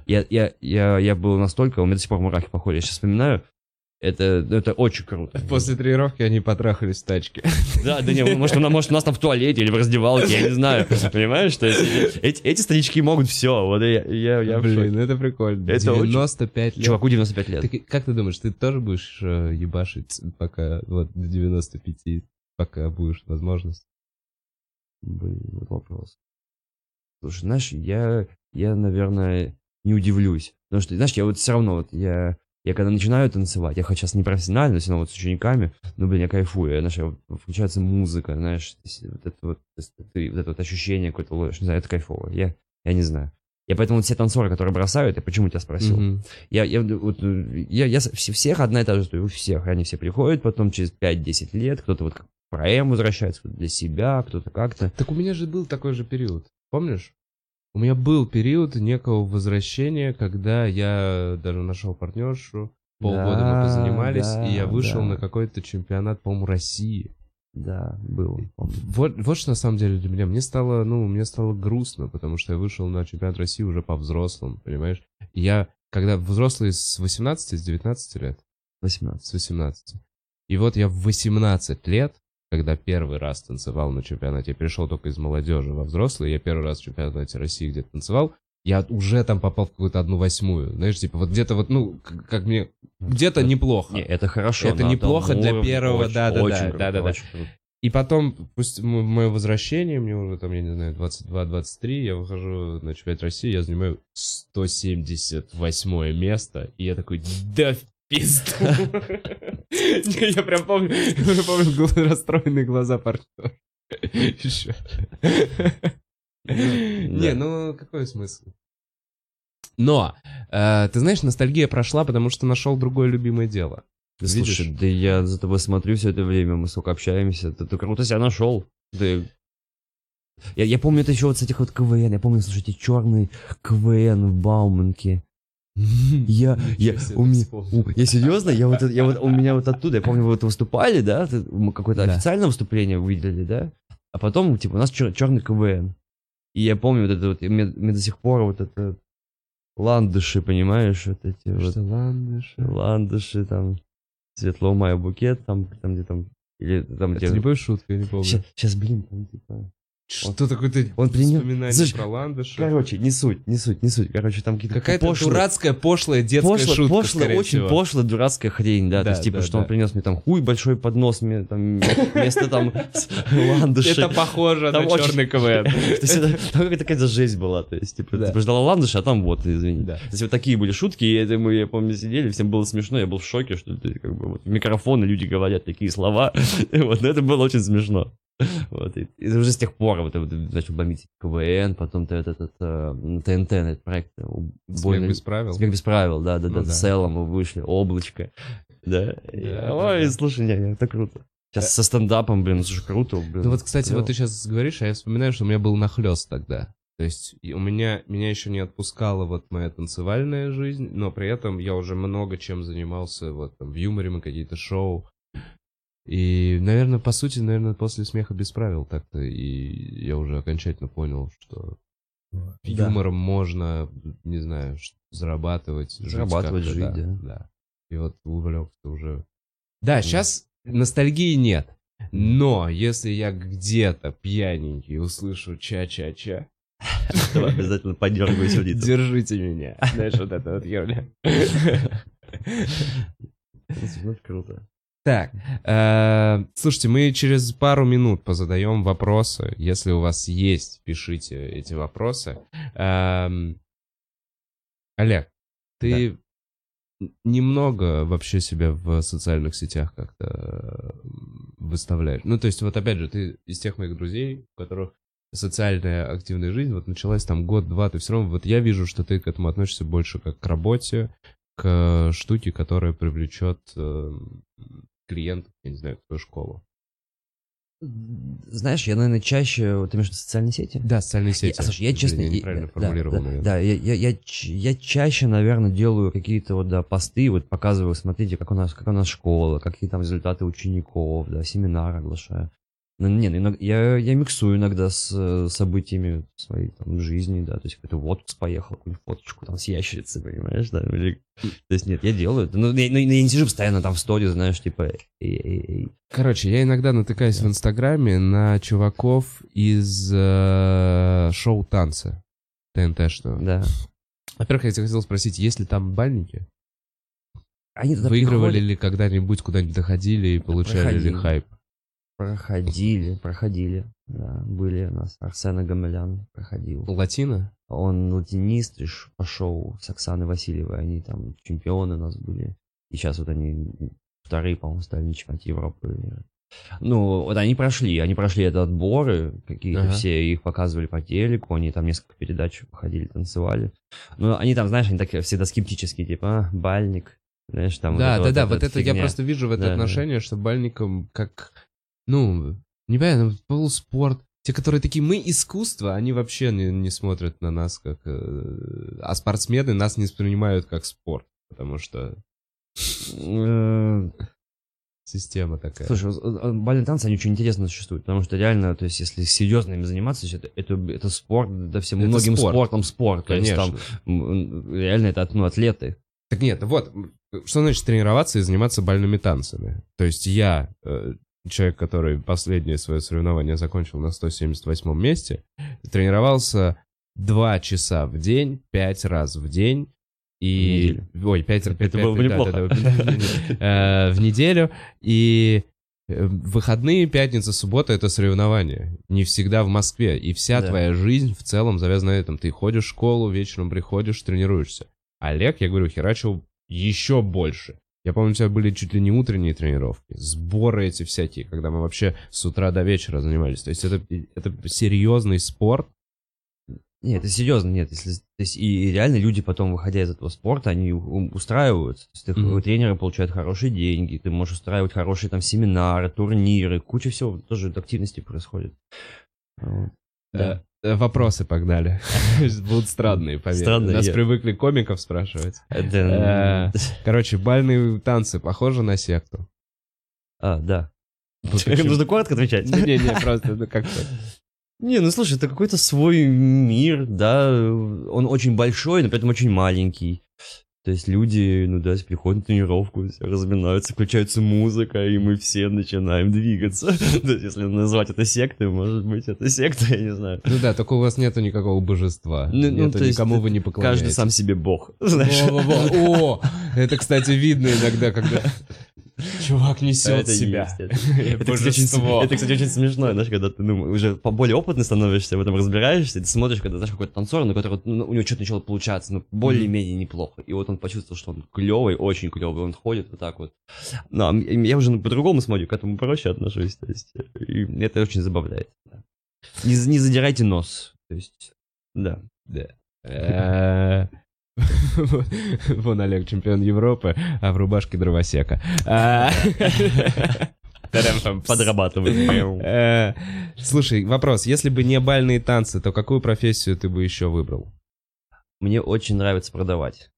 S2: Я, я, я, я был настолько, у меня до сих пор мурахи по ходу, я сейчас вспоминаю, это, это очень круто.
S1: После тренировки они потрахались в тачке.
S2: Да, да не, может, может у нас там в туалете или в раздевалке, я не знаю. Понимаешь, что эти, эти старички могут все. Вот я, я, я
S1: Блин, это прикольно. Это девяносто пять лет.
S2: Чуваку девяносто пять лет.
S1: Ты, как ты думаешь, ты тоже будешь э, ебашить пока, вот, до девяноста пяти, пока будешь возможность?
S2: Блин, вот вопрос. Слушай, знаешь, я, я, наверное, не удивлюсь. Потому что, знаешь, я вот все равно, вот я... Я когда начинаю танцевать, я хоть сейчас не профессионально, все равно вот с учениками, но, блин, я кайфую, я, знаешь, я, включается музыка, знаешь, вот это вот, ты, вот это вот ощущение какое-то ловишь, не знаю, это кайфово, я, я не знаю. Я поэтому вот все танцоры, которые бросают, я почему тебя спросил? Mm-hmm. Я, я, вот, я, я, всех одна и та же история, у всех, они все приходят потом через пять-десять лет, кто-то вот как проем возвращается, кто-то для себя, кто-то как-то.
S1: Так у меня же был такой же период, помнишь? У меня был период некого возвращения, когда я даже нашел партнершу, полгода да, мы позанимались, да, и я вышел да. на какой-то чемпионат, по-моему, России.
S2: Да, был.
S1: Вот, вот что на самом деле для меня. Мне стало, ну, мне стало грустно, потому что я вышел на чемпионат России уже по взрослым, понимаешь? И я, когда взрослый с восемнадцати, с девятнадцати лет?
S2: восемнадцать.
S1: С восемнадцати. И вот я в восемнадцать лет, когда первый раз танцевал на чемпионате, я перешел только из молодежи во взрослые, я первый раз в чемпионате России где-то танцевал, я уже там попал в какую-то одну восьмую, знаешь, типа вот где-то вот, ну, как, как мне, где-то неплохо.
S2: Не, это хорошо.
S1: Это неплохо для
S2: уровне,
S1: первого, да-да-да, да-да-да.
S2: Да.
S1: И потом, пусть мое возвращение, мне уже там, я не знаю, двадцать два двадцать три, я выхожу на чемпионат России, я занимаю сто семьдесят восьмое место, и я такой, да пизду. Я прям помню, я помню расстроенные глаза партнера. Еще. Не, ну какой смысл? Но, ты знаешь, ностальгия прошла, потому что нашел другое любимое дело.
S2: Слушай, да я за тобой смотрю все это время, мы сколько общаемся, ты круто себя нашел. Я, я помню это еще вот с этих вот КВН, я помню, слушайте, черный КВН в Бауманке. Я, я, у меня, у, я серьезно, я вот, я вот, у меня вот оттуда, я помню, вы вот выступали, да, мы какое-то да. официальное выступление увидели, да, а потом, типа, у нас чер, черный КВН, и я помню вот это вот, мне, мне до сих пор вот это ландыши, понимаешь, вот эти
S1: Что
S2: вот.
S1: ландыши?
S2: Ландыши, там, Светлого мая букет, там, там, где там, или там,
S1: это
S2: где...
S1: не будет шутка, я не помню.
S2: Сейчас, сейчас блин, там, типа...
S1: Что такое-то
S2: он принес...
S1: воспоминание
S2: Слушай,
S1: про ландыши?
S2: Короче, не суть, не суть, не суть. Короче, там какие-то
S1: какая-то
S2: пошлые...
S1: дурацкая, пошлая детская
S2: пошло,
S1: шутка,
S2: пошло,
S1: скорее
S2: очень
S1: всего.
S2: пошлая, дурацкая хрень, да,
S1: Да,
S2: то есть, типа,
S1: да,
S2: что
S1: да.
S2: он принес мне там хуй, большой поднос, мне там вместо там ландыши.
S1: Это похоже на черный КВН.
S2: То есть, это какая-то какая-то жесть была, то есть, типа, ты ждала ландыши, а там вот, извини. То есть, вот такие были шутки, и это мы, я помню, сидели, всем было смешно, я был в шоке, что как бы вот в микрофоны люди говорят такие слова, вот, но это было очень смешно. Вот, и, и уже с тех пор вот, вот начал бомбить КВН, потом этот, этот, этот ТНТ, этот проект.
S1: Смех без правил.
S2: Смех без правил, да, да,
S1: ну,
S2: да,
S1: да.
S2: С Эллом мы вышли, облачко. Да.
S1: да,
S2: да Ой, да. Слушай, не, не, это круто. Сейчас да. со стендапом, блин, слушай, круто, блин.
S1: Ну вот, кстати, клево. Вот ты сейчас говоришь, а я вспоминаю, что у меня был нахлёст тогда. То есть у меня, меня еще не отпускала вот моя танцевальная жизнь, но при этом я уже много чем занимался, вот там в юморе мы какие-то шоу. И, наверное, по сути, наверное, после смеха без правил так-то, и я уже окончательно понял, что да. юмором можно, не знаю, зарабатывать,
S2: зарабатывать, жить, жить
S1: да,
S2: да.
S1: да. И вот увлекся уже. Да, сейчас ностальгии нет, но если я где-то пьяненький услышу ча-ча-ча,
S2: обязательно подергаюсь в лицо.
S1: Держите меня. Знаешь, вот это вот явля.
S2: Это круто.
S1: Так, э, слушайте, мы через пару минут позадаем вопросы. Если у вас есть, пишите эти вопросы. Э, Олег, ты да. немного вообще себя в социальных сетях как-то выставляешь. Ну, то есть, вот опять же, ты из тех моих друзей, у которых социальная активная жизнь вот началась там год-два, ты все равно, вот я вижу, что ты к этому относишься больше как к работе, к штуке, которая привлечет э, клиентов, я не знаю, в твою школу.
S2: Знаешь, я, наверное, чаще... Вот ты имеешь в виду социальные сети?
S1: Да, социальные сети.
S2: Я, слушай, я честно...
S1: Я неправильно
S2: да,
S1: формулировал,
S2: да,
S1: наверное.
S2: Да, я, я, я, я чаще, наверное, делаю какие-то вот, да, посты, вот показываю, смотрите, как у нас, как у нас школа, какие там результаты учеников, да, семинары оглашаю. Ну, не, ну, иногда- я, я миксую иногда с э, событиями своей там, жизни, да, то есть какой-то в отпуск поехал, какую-нибудь фоточку там с ящерицей, понимаешь, да, или- то есть нет, я делаю это, ну, я, ну, я не сижу постоянно там в сторис, знаешь, типа, эй, эй, эй.
S1: Короче, я иногда натыкаюсь
S2: Да.
S1: в Инстаграме на чуваков из э, шоу «Танцы» Т Н Т, что.
S2: Да.
S1: Во-первых, я тебя хотел спросить, есть ли там бальники?
S2: Они туда
S1: Выигрывали
S2: приходят,
S1: ли когда-нибудь, куда-нибудь доходили и получали ли
S2: Проходили.
S1: хайп?
S2: проходили, проходили, да, были у нас, Арсен Агамелян проходил.
S1: Латино?
S2: Он латинист, и ш- по шоу с Оксаной Васильевой, они там чемпионы у нас были. И сейчас вот они вторые, по-моему, стали на чемпионате Европы. Ну, вот они прошли, они прошли это отборы, какие-то
S1: Ага.
S2: все, их показывали по телеку, они там несколько передач выходили, танцевали. Но они там, знаешь, они так всегда скептические, типа, а, бальник, знаешь, там
S1: Да,
S2: вот
S1: да,
S2: это
S1: да,
S2: вот,
S1: вот
S2: эта
S1: это я
S2: фигня.
S1: просто вижу в это
S2: Да, да.
S1: отношение, что бальникам как, ну, непонятно, полуспорт. Те, которые такие, мы искусство, они вообще не, не смотрят на нас как... э, а спортсмены нас не воспринимают как спорт, потому что
S2: Э,
S1: система такая.
S2: Слушай, э, э, бальные танцы, они очень интересно существуют, потому что реально, то есть, если серьезно ими заниматься, то есть это, это, это спорт, да всем
S1: Это
S2: многим
S1: спорт.
S2: спортом спорт. То есть
S1: Конечно.
S2: там м, реально это ну, атлеты.
S1: Так нет, вот, что значит тренироваться и заниматься бальными танцами? То есть я, э, человек, который последнее свое соревнование закончил на сто семьдесят восьмом месте, тренировался два часа в день, пять раз в день. И... Ой, пять раз...
S2: Это было бы неплохо.
S1: В неделю. И э, выходные, пятница, суббота — это соревнования. Не всегда в Москве. И вся
S2: Да.
S1: твоя жизнь в целом завязана на этом. Ты ходишь в школу, вечером приходишь, тренируешься. Олег, я говорю, херачил еще больше. Я помню, у тебя были чуть ли не утренние тренировки, сборы эти всякие, когда мы вообще с утра до вечера занимались. То есть это, это серьезный спорт.
S2: Нет, это серьезно, нет. Если, то есть, и реально люди потом, выходя из этого спорта, они у- устраиваются. То есть, их-
S1: Мгм.
S2: тренеры получают хорошие деньги, ты можешь устраивать хорошие там семинары, турниры, куча всего, тоже активности происходит. Вот. Да.
S1: Э, Вопросы погнали. Будут странные, поверь.
S2: Странные,
S1: Нас
S2: я-
S1: привыкли комиков спрашивать.
S2: Это-
S1: Э, Короче, бальные танцы похожи на секту.
S2: А, да.
S1: Почему?
S2: Нужно коротко отвечать?
S1: Не-не, просто ну, как-то...
S2: Не, ну слушай, это какой-то свой мир, да, он очень большой, но при этом очень маленький. То есть люди, ну да, приходят на тренировку, все разминаются, включается музыка, и мы все начинаем двигаться. То есть если назвать это сектой, может быть, это секта, я не знаю.
S1: Ну да, только у вас нету никакого божества.
S2: Ну, ну,
S1: Нету
S2: то есть
S1: никому вы не поклоняетесь.
S2: Каждый сам себе бог, знаешь.
S1: Во-во-во. О, это, кстати, видно иногда, когда чувак несет
S2: Это
S1: себя.
S2: есть, это- Это, кстати, очень,
S1: Божество.
S2: это, кстати, очень смешно, знаешь, когда ты ну, уже более опытный становишься, в этом разбираешься, и ты смотришь, когда, знаешь, какой-то танцор, на которого ну, у него что-то начало получаться, ну, более-менее неплохо. И вот он почувствовал, что он клевый, очень клевый, он ходит вот так вот. Ну, а м- я уже ну, по-другому смотрю, к этому проще отношусь, то есть, и это очень забавляет. Да. Не, з- не задирайте нос, то есть, да.
S1: Э, Вон Олег, чемпион Европы, а в рубашке дровосека. А,
S2: Подрабатывать.
S1: э, Слушай, вопрос. Если бы не бальные танцы, то какую профессию ты бы еще выбрал?
S2: Мне очень нравится продавать.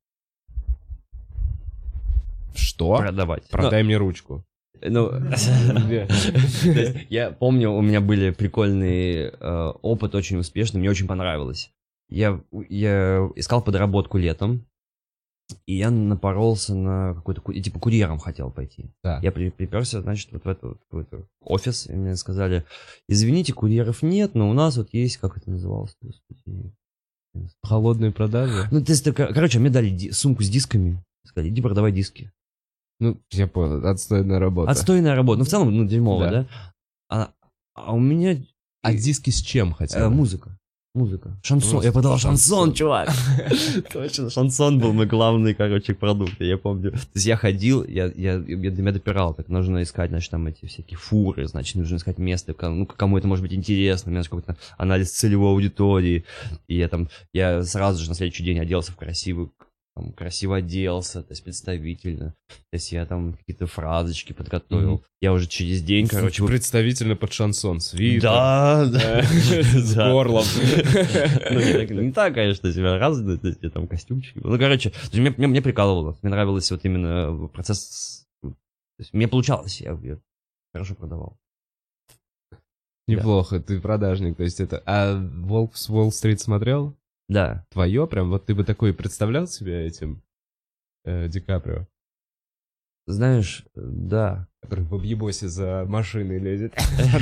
S1: Что?
S2: Продавать.
S1: Продай мне ручку.
S2: Ну, то есть я помню, у меня были прикольные э, опыт, очень успешный, мне очень понравилось. Я, я искал подработку летом, и я напоролся на какой-то, ку- типа, курьером хотел пойти.
S1: Так.
S2: Я при- приперся, значит, вот в этот вот какой-то офис, и мне сказали, извините, курьеров нет, но у нас вот есть, как это называлось, господи.
S1: Холодные продажи?
S2: Ну, то есть, кор- короче, мне дали ди- сумку с дисками, сказали, иди продавай диски.
S1: Ну, я понял, отстойная работа.
S2: Отстойная работа, ну, в целом, ну, дерьмово,
S1: Да.
S2: да? А, а у меня
S1: А диски с чем хотя
S2: Э,
S1: бы?
S2: музыка. Музыка. Шансон.
S1: Просто
S2: Я продавал
S1: шансон.
S2: шансон, чувак. Точно, шансон был мой главный, короче, продукт, я помню. То есть я ходил, я, я, я до меня допирал, так нужно искать, значит, там эти всякие фуры, значит, нужно искать место, ко- ну, кому это может быть интересно, у меня значит, какой-то анализ целевой аудитории. И я там, я сразу же на следующий день оделся в красивую, там, красиво оделся, то есть представительно. То есть я там какие-то фразочки подготовил.
S1: Мгм.
S2: Я уже через день, короче, вот-
S1: Представительно под шансон. Свитер.
S2: да, да.
S1: С
S2: Да.
S1: горлом.
S2: Ну, не так, не так, конечно, себя разные, то есть, там костюмчики. Ну, короче, то есть мне, мне, мне прикалывало. Мне нравилось вот именно процесс. То есть мне получалось, я, я хорошо продавал.
S1: Неплохо, ты продажник, то есть это... А «Волк с Уолл-стрит» смотрел?
S2: Да.
S1: Твое прям? Вот ты бы такой представлял себя этим э, Ди Каприо?
S2: Знаешь, да.
S1: Который в объебосе за машиной лезет.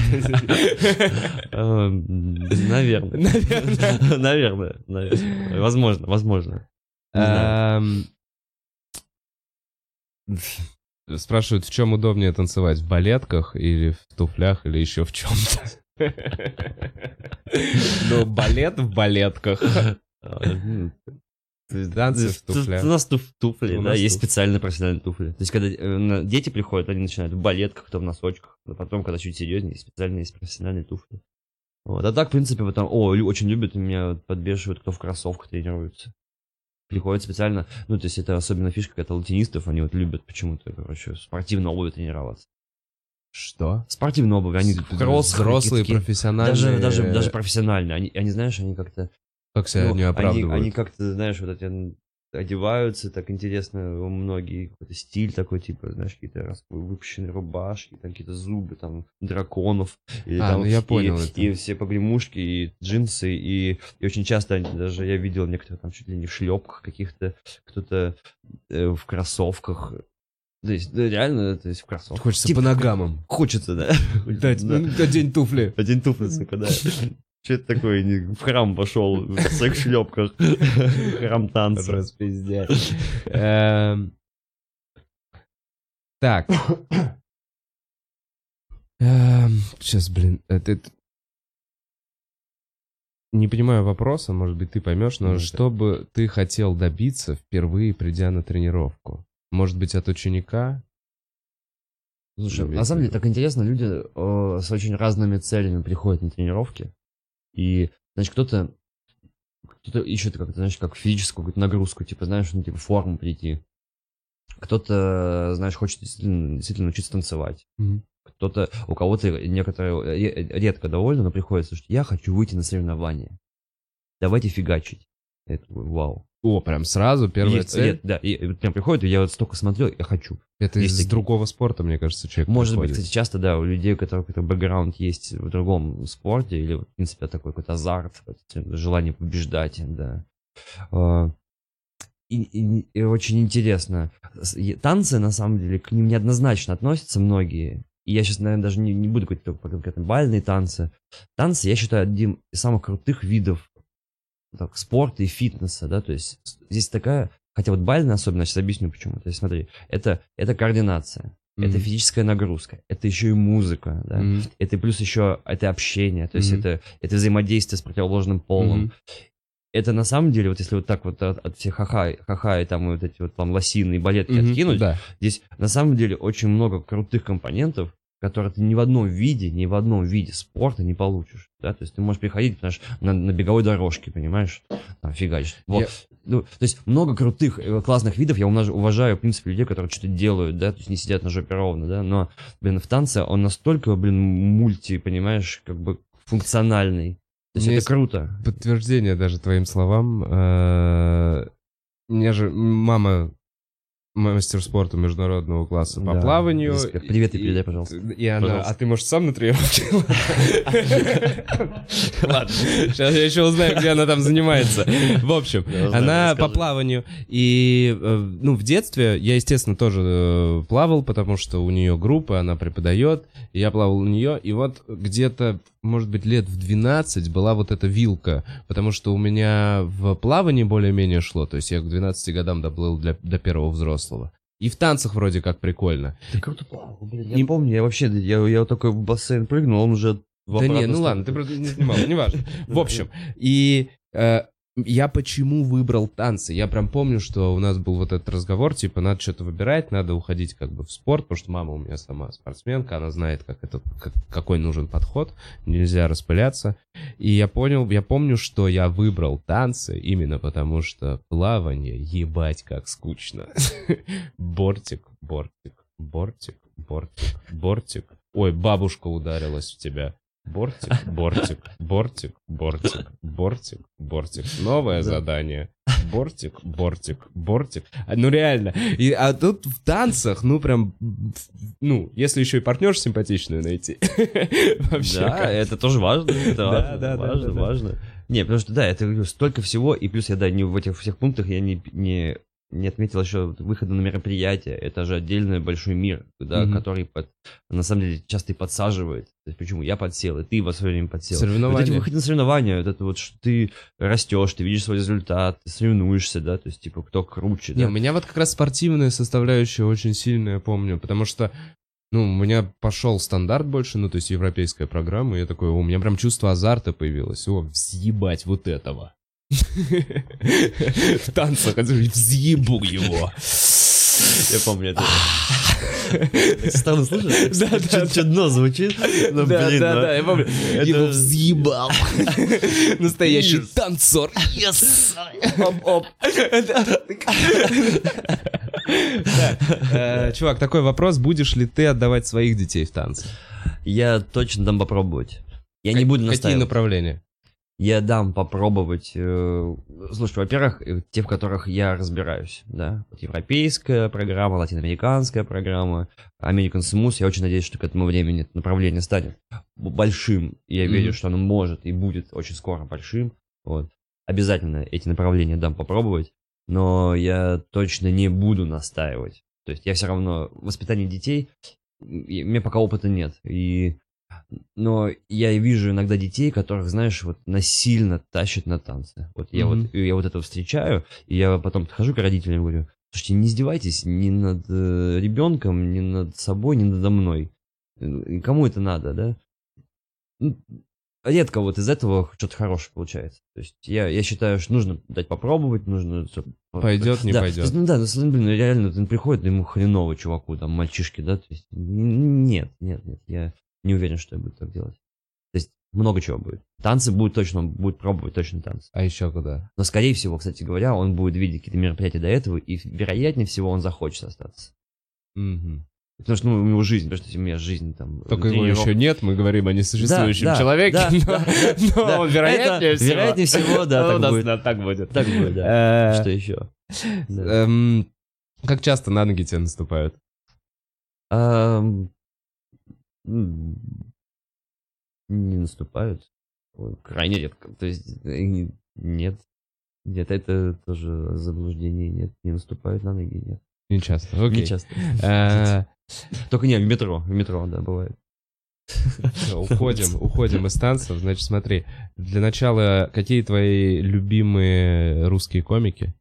S2: Наверное. Наверное. Наверное. Возможно, возможно.
S1: Спрашивают, в чем удобнее танцевать? В балетках или в туфлях, или еще в чем-то? Ну, балет в балетках. Танцы в туфлях.
S2: У нас туфли, да, есть специальные профессиональные туфли. То есть, когда дети приходят, они начинают в балетках, кто в носочках. Но потом, когда чуть серьезнее, специальные есть профессиональные туфли. Вот. А так, в принципе, потом, о, очень любят, меня подбешивают, кто в кроссовках тренируется. Приходят специально, ну, то есть, это особенно фишка, когда латинистов, они вот любят почему-то, короче, в спортивной обуви тренироваться.
S1: Что?
S2: Спортивная обувь, они в кроссах.
S1: Взрослые, профессиональные.
S2: Даже, даже, даже профессиональные. Они, они, знаешь, они как-то...
S1: Как себя ну, не оправдывают?
S2: Они, они как-то, знаешь, вот эти одеваются, так интересно, у многих какой-то стиль такой, типа, знаешь, какие-то выпущенные рубашки, там какие-то зубы, там, драконов. Или,
S1: а,
S2: там,
S1: ну я понял
S2: и,
S1: это.
S2: И все погремушки, и джинсы, и, и очень часто они, даже я видел некоторые там чуть ли не в шлепках каких-то, кто-то э, в кроссовках. То есть, да, реально, то есть в кроссовках.
S1: Хочется типа, по ногам.
S2: Хочется, да.
S1: Дать, да. Одень туфли.
S2: Одень туфли, сука, да. Че это такое? В храм пошел в своих шлепках. Храм танца.
S1: Распиздяй. Так. Сейчас, блин. Не понимаю вопроса, может быть, ты поймешь, но что бы ты хотел добиться, впервые придя на тренировку? Может быть, от ученика?
S2: Слушай, на самом деле так интересно, люди с очень разными целями приходят на тренировки. И, значит, кто-то кто-то ищет как-то, знаешь, как физическую какую-то нагрузку, типа, знаешь, ну, типа, в форму прийти. Кто-то, знаешь, хочет действительно, действительно научиться танцевать. Mm-hmm. Кто-то, у кого-то некоторые редко довольны, но приходит, слушайте, я хочу выйти на соревнования. Давайте фигачить. Это вау.
S1: О, прям сразу первая
S2: Есть,
S1: цель?
S2: Нет, да, и вот прям приходит, и я вот столько смотрел, я хочу.
S1: Это есть из такие... другого спорта, мне кажется, человек
S2: Может
S1: приходит.
S2: быть, кстати, часто, да, у людей, у которых какой-то бэкграунд есть в другом спорте, или, в принципе, такой какой-то азарт, желание побеждать, да. И, и, и очень интересно. Танцы, на самом деле, к ним неоднозначно относятся многие. И я сейчас, наверное, даже не, не буду говорить про конкретно бальные танцы. Танцы, я считаю, одним из самых крутых видов так, спорта и фитнеса, да, то есть здесь такая, хотя вот бальная особенно, сейчас объясню почему, то есть смотри, это, это координация, mm-hmm. это физическая нагрузка, это еще и музыка, да, mm-hmm. это плюс еще это общение, то есть mm-hmm. это, это взаимодействие с противоположным полом. Mm-hmm. Это на самом деле, вот если вот так вот от, от всех ха-ха, ха-ха и там вот эти вот там лосины и балетки mm-hmm. откинуть, да. Здесь на самом деле очень много крутых компонентов, которые ты ни в одном виде, ни в одном виде спорта не получишь, да, то есть ты можешь приходить, знаешь, на, на беговой дорожке, понимаешь, там фигачить. Вот. Я... Ну, то есть много крутых, классных видов, я уважаю, в принципе, людей, которые что-то делают, да, то есть не сидят на жопе ровно, да, но, блин, в танце он настолько, блин, мульти, понимаешь, как бы функциональный, то есть это круто.
S1: Подтверждение даже твоим словам, у меня же мама... мастер спорта международного класса по да, плаванию.
S2: Привет и передай, пожалуйста.
S1: И она, пожалуйста. А ты, может, сам на тренировке? Ладно, сейчас я еще узнаю, где она там занимается. В общем, она по плаванию. И, ну, в детстве я, естественно, тоже плавал, потому что у нее группа, она преподает. И я плавал у нее. И вот где-то, может быть, лет в двенадцать была вот эта вилка. Потому что у меня в плавании более-менее шло. То есть я к двенадцати годам доплыл для, до первого взрослого. И в танцах вроде как прикольно.
S2: Ты круто плавал, блин. Я и... помню, я вообще, я, я вот такой в бассейн прыгнул, он уже...
S1: Да не, ну ладно, ты просто не снимал, неважно. В общем, и я почему выбрал танцы? Я прям помню, что у нас был вот этот разговор, типа, надо что-то выбирать, надо уходить как бы в спорт, потому что мама у меня сама спортсменка, она знает, как это, как, какой нужен подход, нельзя распыляться. И я понял, я помню, что я выбрал танцы именно потому, что плавание, ебать, как скучно. Бортик, бортик, бортик, бортик, бортик. Ой, бабушка ударилась в тебя. Бортик, бортик, бортик, бортик, бортик, бортик. Новое да. задание. Бортик, бортик, бортик. А, ну реально. И, а тут в танцах, ну прям, ну, если еще и партнершу симпатичную найти. Вообще.
S2: Да, это тоже важно. Это
S1: Да,
S2: важно,
S1: да, да,
S2: важно,
S1: да, да.
S2: важно. Не, потому что, да, это говорю, столько всего, и плюс я, да, не в этих всех пунктах я не, не, не отметил еще выхода на мероприятие. Это же отдельный большой мир, да,
S1: Мгм.
S2: который под, на самом деле часто и подсаживает. То есть почему? Я подсел, и ты во свое время подсел.
S1: Соревнования.
S2: Вот эти выходы на соревнования, вот это вот, что ты растешь, ты видишь свой результат, ты соревнуешься, да, то есть, типа, кто круче,
S1: Не,
S2: да.
S1: у меня вот как раз спортивная составляющая очень сильная, помню, потому что, ну, у меня пошел стандарт больше, ну, то есть европейская программа, и я такой, у меня прям чувство азарта появилось, о, взъебать вот этого. В танцах, взъебу его.
S2: Я помню это. Так странно слушать,
S1: Да, да,
S2: так чудно звучит. но,
S1: Да,
S2: блин,
S1: да,
S2: ну,
S1: да, я помню.
S2: это-
S1: Его взъебал. Настоящий
S2: Yes.
S1: танцор. Yes. Оп-оп. Да. Э, Чувак, такой вопрос. Будешь ли ты отдавать своих детей в танцы?
S2: Я точно дам попробовать. Я не буду
S1: Какие
S2: настаивать.
S1: направления?
S2: Я дам попробовать. э, Слушай, во-первых, э, те, в которых я разбираюсь, да. Вот европейская программа, латиноамериканская программа, American Smooth. Я очень надеюсь, что к этому времени это направление станет б- большим. И я верю,
S1: Мгм.
S2: что оно может и будет очень скоро большим. Вот. Обязательно эти направления дам попробовать, но я точно не буду настаивать. То есть я все равно... Воспитание детей, и у меня пока опыта нет. И... Но я вижу иногда детей, которых, знаешь, вот насильно тащат на танцы. Вот я,
S1: Мгм.
S2: вот, я вот это встречаю, и я потом подхожу к родителям и говорю, слушайте, не издевайтесь ни над э, ребенком, ни над собой, ни надо мной. И кому это надо, да? Ну, редко вот из этого что-то хорошее получается. То есть я, я считаю, что нужно дать попробовать, нужно...
S1: Пойдет, не
S2: да,
S1: пойдет.
S2: то есть, ну да, ну, блин, ну, реально, он приходит, ему хреново чуваку, там, мальчишке, да, то есть, н- нет, нет, нет, я не уверен, что я буду так делать. То есть, много чего будет. Танцы будет точно, он будет пробовать точно танцы.
S1: А еще куда?
S2: Но, скорее всего, кстати говоря, он будет видеть какие-то мероприятия до этого, и, вероятнее всего, он захочет остаться.
S1: Мгм.
S2: Потому что, ну, у него жизнь, потому что у меня жизнь там...
S1: Только его
S2: тренировок.
S1: еще нет, мы говорим о несуществующем
S2: Да, да,
S1: человеке,
S2: да,
S1: но,
S2: да, да,
S1: но
S2: да.
S1: он вероятнее
S2: Это
S1: всего.
S2: вероятнее всего, да,
S1: Ну,
S2: так
S1: у нас,
S2: будет.
S1: да, так будет.
S2: Так будет, да.
S1: Э,
S2: Что еще? Да.
S1: эм, Как часто на ноги тебе наступают?
S2: Ам, м, Не наступают. Ой, крайне редко. То есть, э, не- нет. Нет, это тоже заблуждение. Нет, не наступают на ноги, нет.
S1: Не часто, окей.
S2: Не часто.
S1: Э,
S2: Только не, в метро. В метро, да, бывает.
S1: Всё, уходим, уходим из танцев. Значит, смотри, для начала, какие твои любимые русские комики?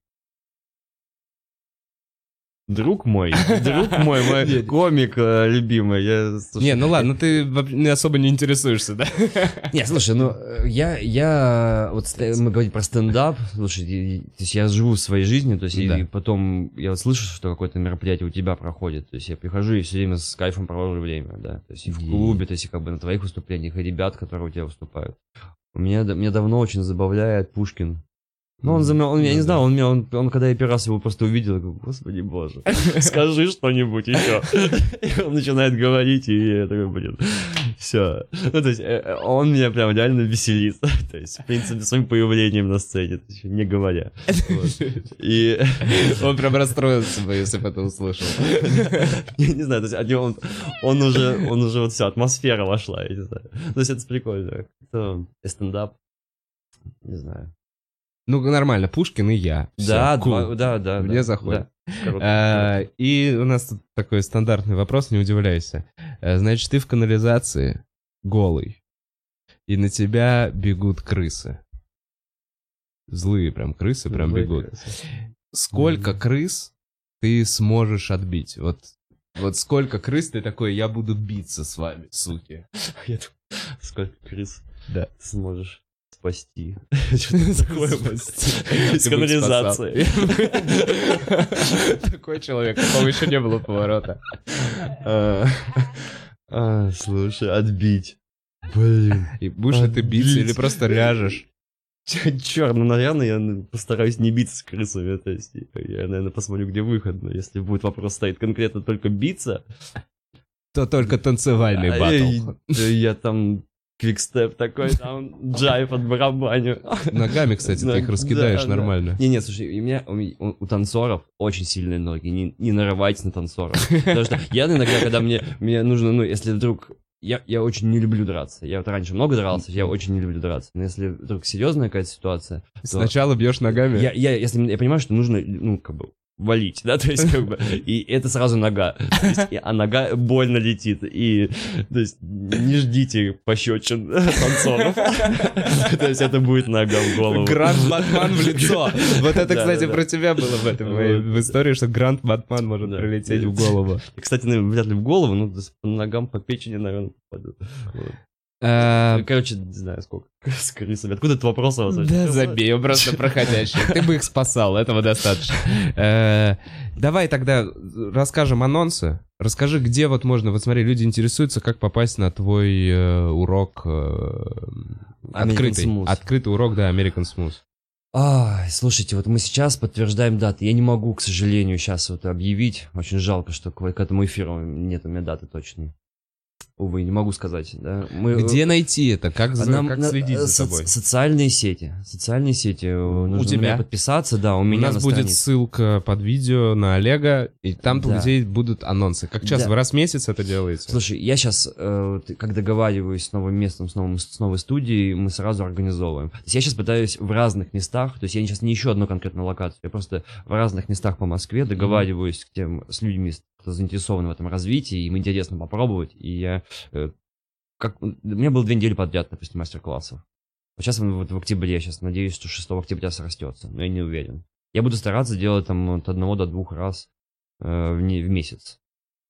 S2: Друг мой, друг мой, мой
S1: Нет.
S2: комик э, любимый. Я, слушай,
S1: Не, ну ладно, ты вообще не особо не интересуешься, да?
S2: Не, слушай, ну, э, я, я, вот ст- мы говорим про стендап, слушай, и- то есть я живу своей жизнью, то есть и
S1: Да.
S2: потом я вот слышу, что какое-то мероприятие у тебя проходит, то есть я прихожу и все время с кайфом провожу время, да, то есть и в
S1: Е-
S2: клубе, то есть и как бы на твоих выступлениях, и ребят, которые у тебя выступают. У меня, да- меня давно очень забавляет Пушкин. Ну, он, за меня- он, я не
S1: Ну,
S2: знаю,
S1: да.
S2: он, меня, он, он когда я первый раз его просто увидел, я говорю, господи боже, скажи что-нибудь еще. И он начинает говорить, и я такой, блин, все. Ну, то есть, э, он меня прям реально веселит. То есть, в принципе, своим появлением на сцене, то есть, не говоря. Вот. И
S1: Он прям расстроился бы, если бы это услышал.
S2: я не знаю, то есть, от него он, он уже, он уже вот все, атмосфера вошла, я не знаю. То есть, это прикольно. Это стендап, не знаю.
S1: Ну, нормально, Пушкин и я. Всё,
S2: Да,
S1: cool.
S2: два- да, да.
S1: Мне
S2: да,
S1: заходит.
S2: да. Круто,
S1: А,
S2: круто.
S1: И у нас тут такой стандартный вопрос, не удивляйся. А, Значит, ты в канализации голый, и на тебя бегут крысы. Злые прям крысы прям
S2: Злые
S1: бегут.
S2: крысы.
S1: Сколько
S2: Мгм.
S1: крыс ты сможешь отбить? Вот, вот сколько крыс ты такой, я буду биться с вами, суки.
S2: Я думаю, сколько крыс
S1: Да.
S2: ты сможешь спасти?
S1: Такое
S2: Из канализации.
S1: Такой человек, такого еще не было поворота.
S2: А, а, Слушай, отбить. Блин.
S1: И будешь ли ты биться или
S2: Отбить.
S1: просто ляжешь?
S2: Черт, ну, наверное, я постараюсь не биться с крысами. То есть, я, наверное, посмотрю, где выход. Но если будет вопрос стоит конкретно только биться,
S1: То только танцевальный
S2: а,
S1: батл.
S2: я, я там квикстеп такой, там, джайв от барабаню.
S1: Ногами, кстати, ты их раскидаешь
S2: Да,
S1: нормально.
S2: да. Не, не, слушай, у меня, у, меня- у- у танцоров очень сильные ноги, не, не нарывайтесь на танцоров. Потому что я иногда, когда мне, мне нужно, ну, если вдруг... Я, я очень не люблю драться. Я вот раньше много дрался, я очень не люблю драться. Но если вдруг серьезная какая-то ситуация, то
S1: Сначала бьешь ногами.
S2: я, я, если я понимаю, что нужно, ну, как бы, валить, да, то есть, как бы, и это сразу нога, то есть, и- а нога больно летит, и, то есть, не ждите пощечин танцоров, то есть, это будет нога в голову.
S1: Гранд Батман в лицо. Вот это,
S2: Да,
S1: кстати,
S2: да, да.
S1: про тебя было в этой моей- в истории, что Гранд Батман может
S2: Да.
S1: прилететь в голову.
S2: Кстати, наверное, вряд ли в голову, но по ногам, по печени, наверное, попадут. Вот.
S1: Э,
S2: Короче, не знаю, сколько. Скажи себе, откуда этот вопрос у вас?
S1: Да забей, он просто проходящий. Ты бы их спасал, этого достаточно. Э, Давай тогда расскажем анонсы. Расскажи, где вот можно... Вот смотри, люди интересуются, как попасть на твой э, урок... э, Открытый.
S2: Smooth.
S1: Открытый урок, да, American Smooth.
S2: Ай, слушайте, вот мы сейчас подтверждаем даты. Я не могу, к сожалению, сейчас вот объявить. Очень жалко, что к, к этому эфиру нет у меня даты точной. Увы, не могу сказать, да. Мы,
S1: Где найти это? Как, за-
S2: Нам
S1: как
S2: на-
S1: следить за
S2: со-
S1: тобой?
S2: Социальные сети. Социальные сети. Нужно
S1: тебя?
S2: на меня подписаться, да, у
S1: У
S2: меня
S1: нас
S2: на
S1: будет
S2: странице.
S1: ссылка под видео на Олега, и там,
S2: Да.
S1: где будут анонсы. Как часто?
S2: Да.
S1: Вы раз в месяц это делаете?
S2: Слушай, я сейчас, как договариваюсь с новым местом, с, новым, с новой студией, мы сразу организовываем. То есть я сейчас пытаюсь в разных местах, то есть я сейчас не ищу одну конкретную локацию, я просто в разных местах по Москве договариваюсь к тем, с людьми, кто заинтересован в этом развитии, им интересно попробовать, и я... э, Как, у меня было две недели подряд, допустим, мастер-классов. Вот сейчас вот в октябре, я сейчас надеюсь, что шестого октября срастется, но я не уверен. Я буду стараться делать там от одного до двух раз э, в, не- в месяц.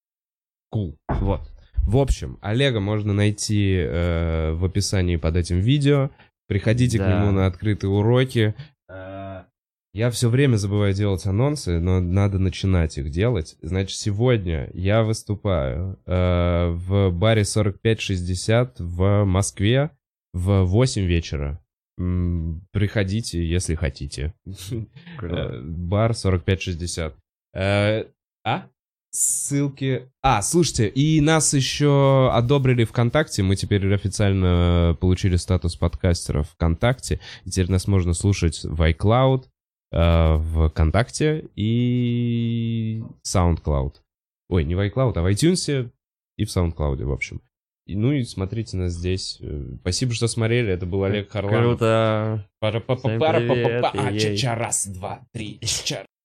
S1: Cool.
S2: Вот.
S1: В общем, Олега можно найти э, в описании под этим видео. Приходите к
S2: Да.
S1: нему на открытые уроки. Э, Я все время забываю делать анонсы, но надо начинать их делать. Значит, сегодня я выступаю э, в баре сорок пять шестьдесят в Москве в восемь вечера. М, Приходите, если хотите. Э, Бар сорок пять шестьдесят. Э, А? Ссылки... А, слушайте, и нас еще одобрили ВКонтакте. Мы теперь официально получили статус подкастеров ВКонтакте. И теперь нас можно слушать в iCloud, э, в ВКонтакте и SoundCloud. Ой, не в iCloud, а в iTunes и в SoundCloud, в общем. И, ну и смотрите нас здесь. Э, Спасибо, что смотрели. Это был Олег Харламов.
S2: Круто.
S1: Пара-па-па,
S2: Всем
S1: пара-па-па-па.
S2: привет,
S1: А,
S2: ей.
S1: ча-ча, раз, два, три, ча.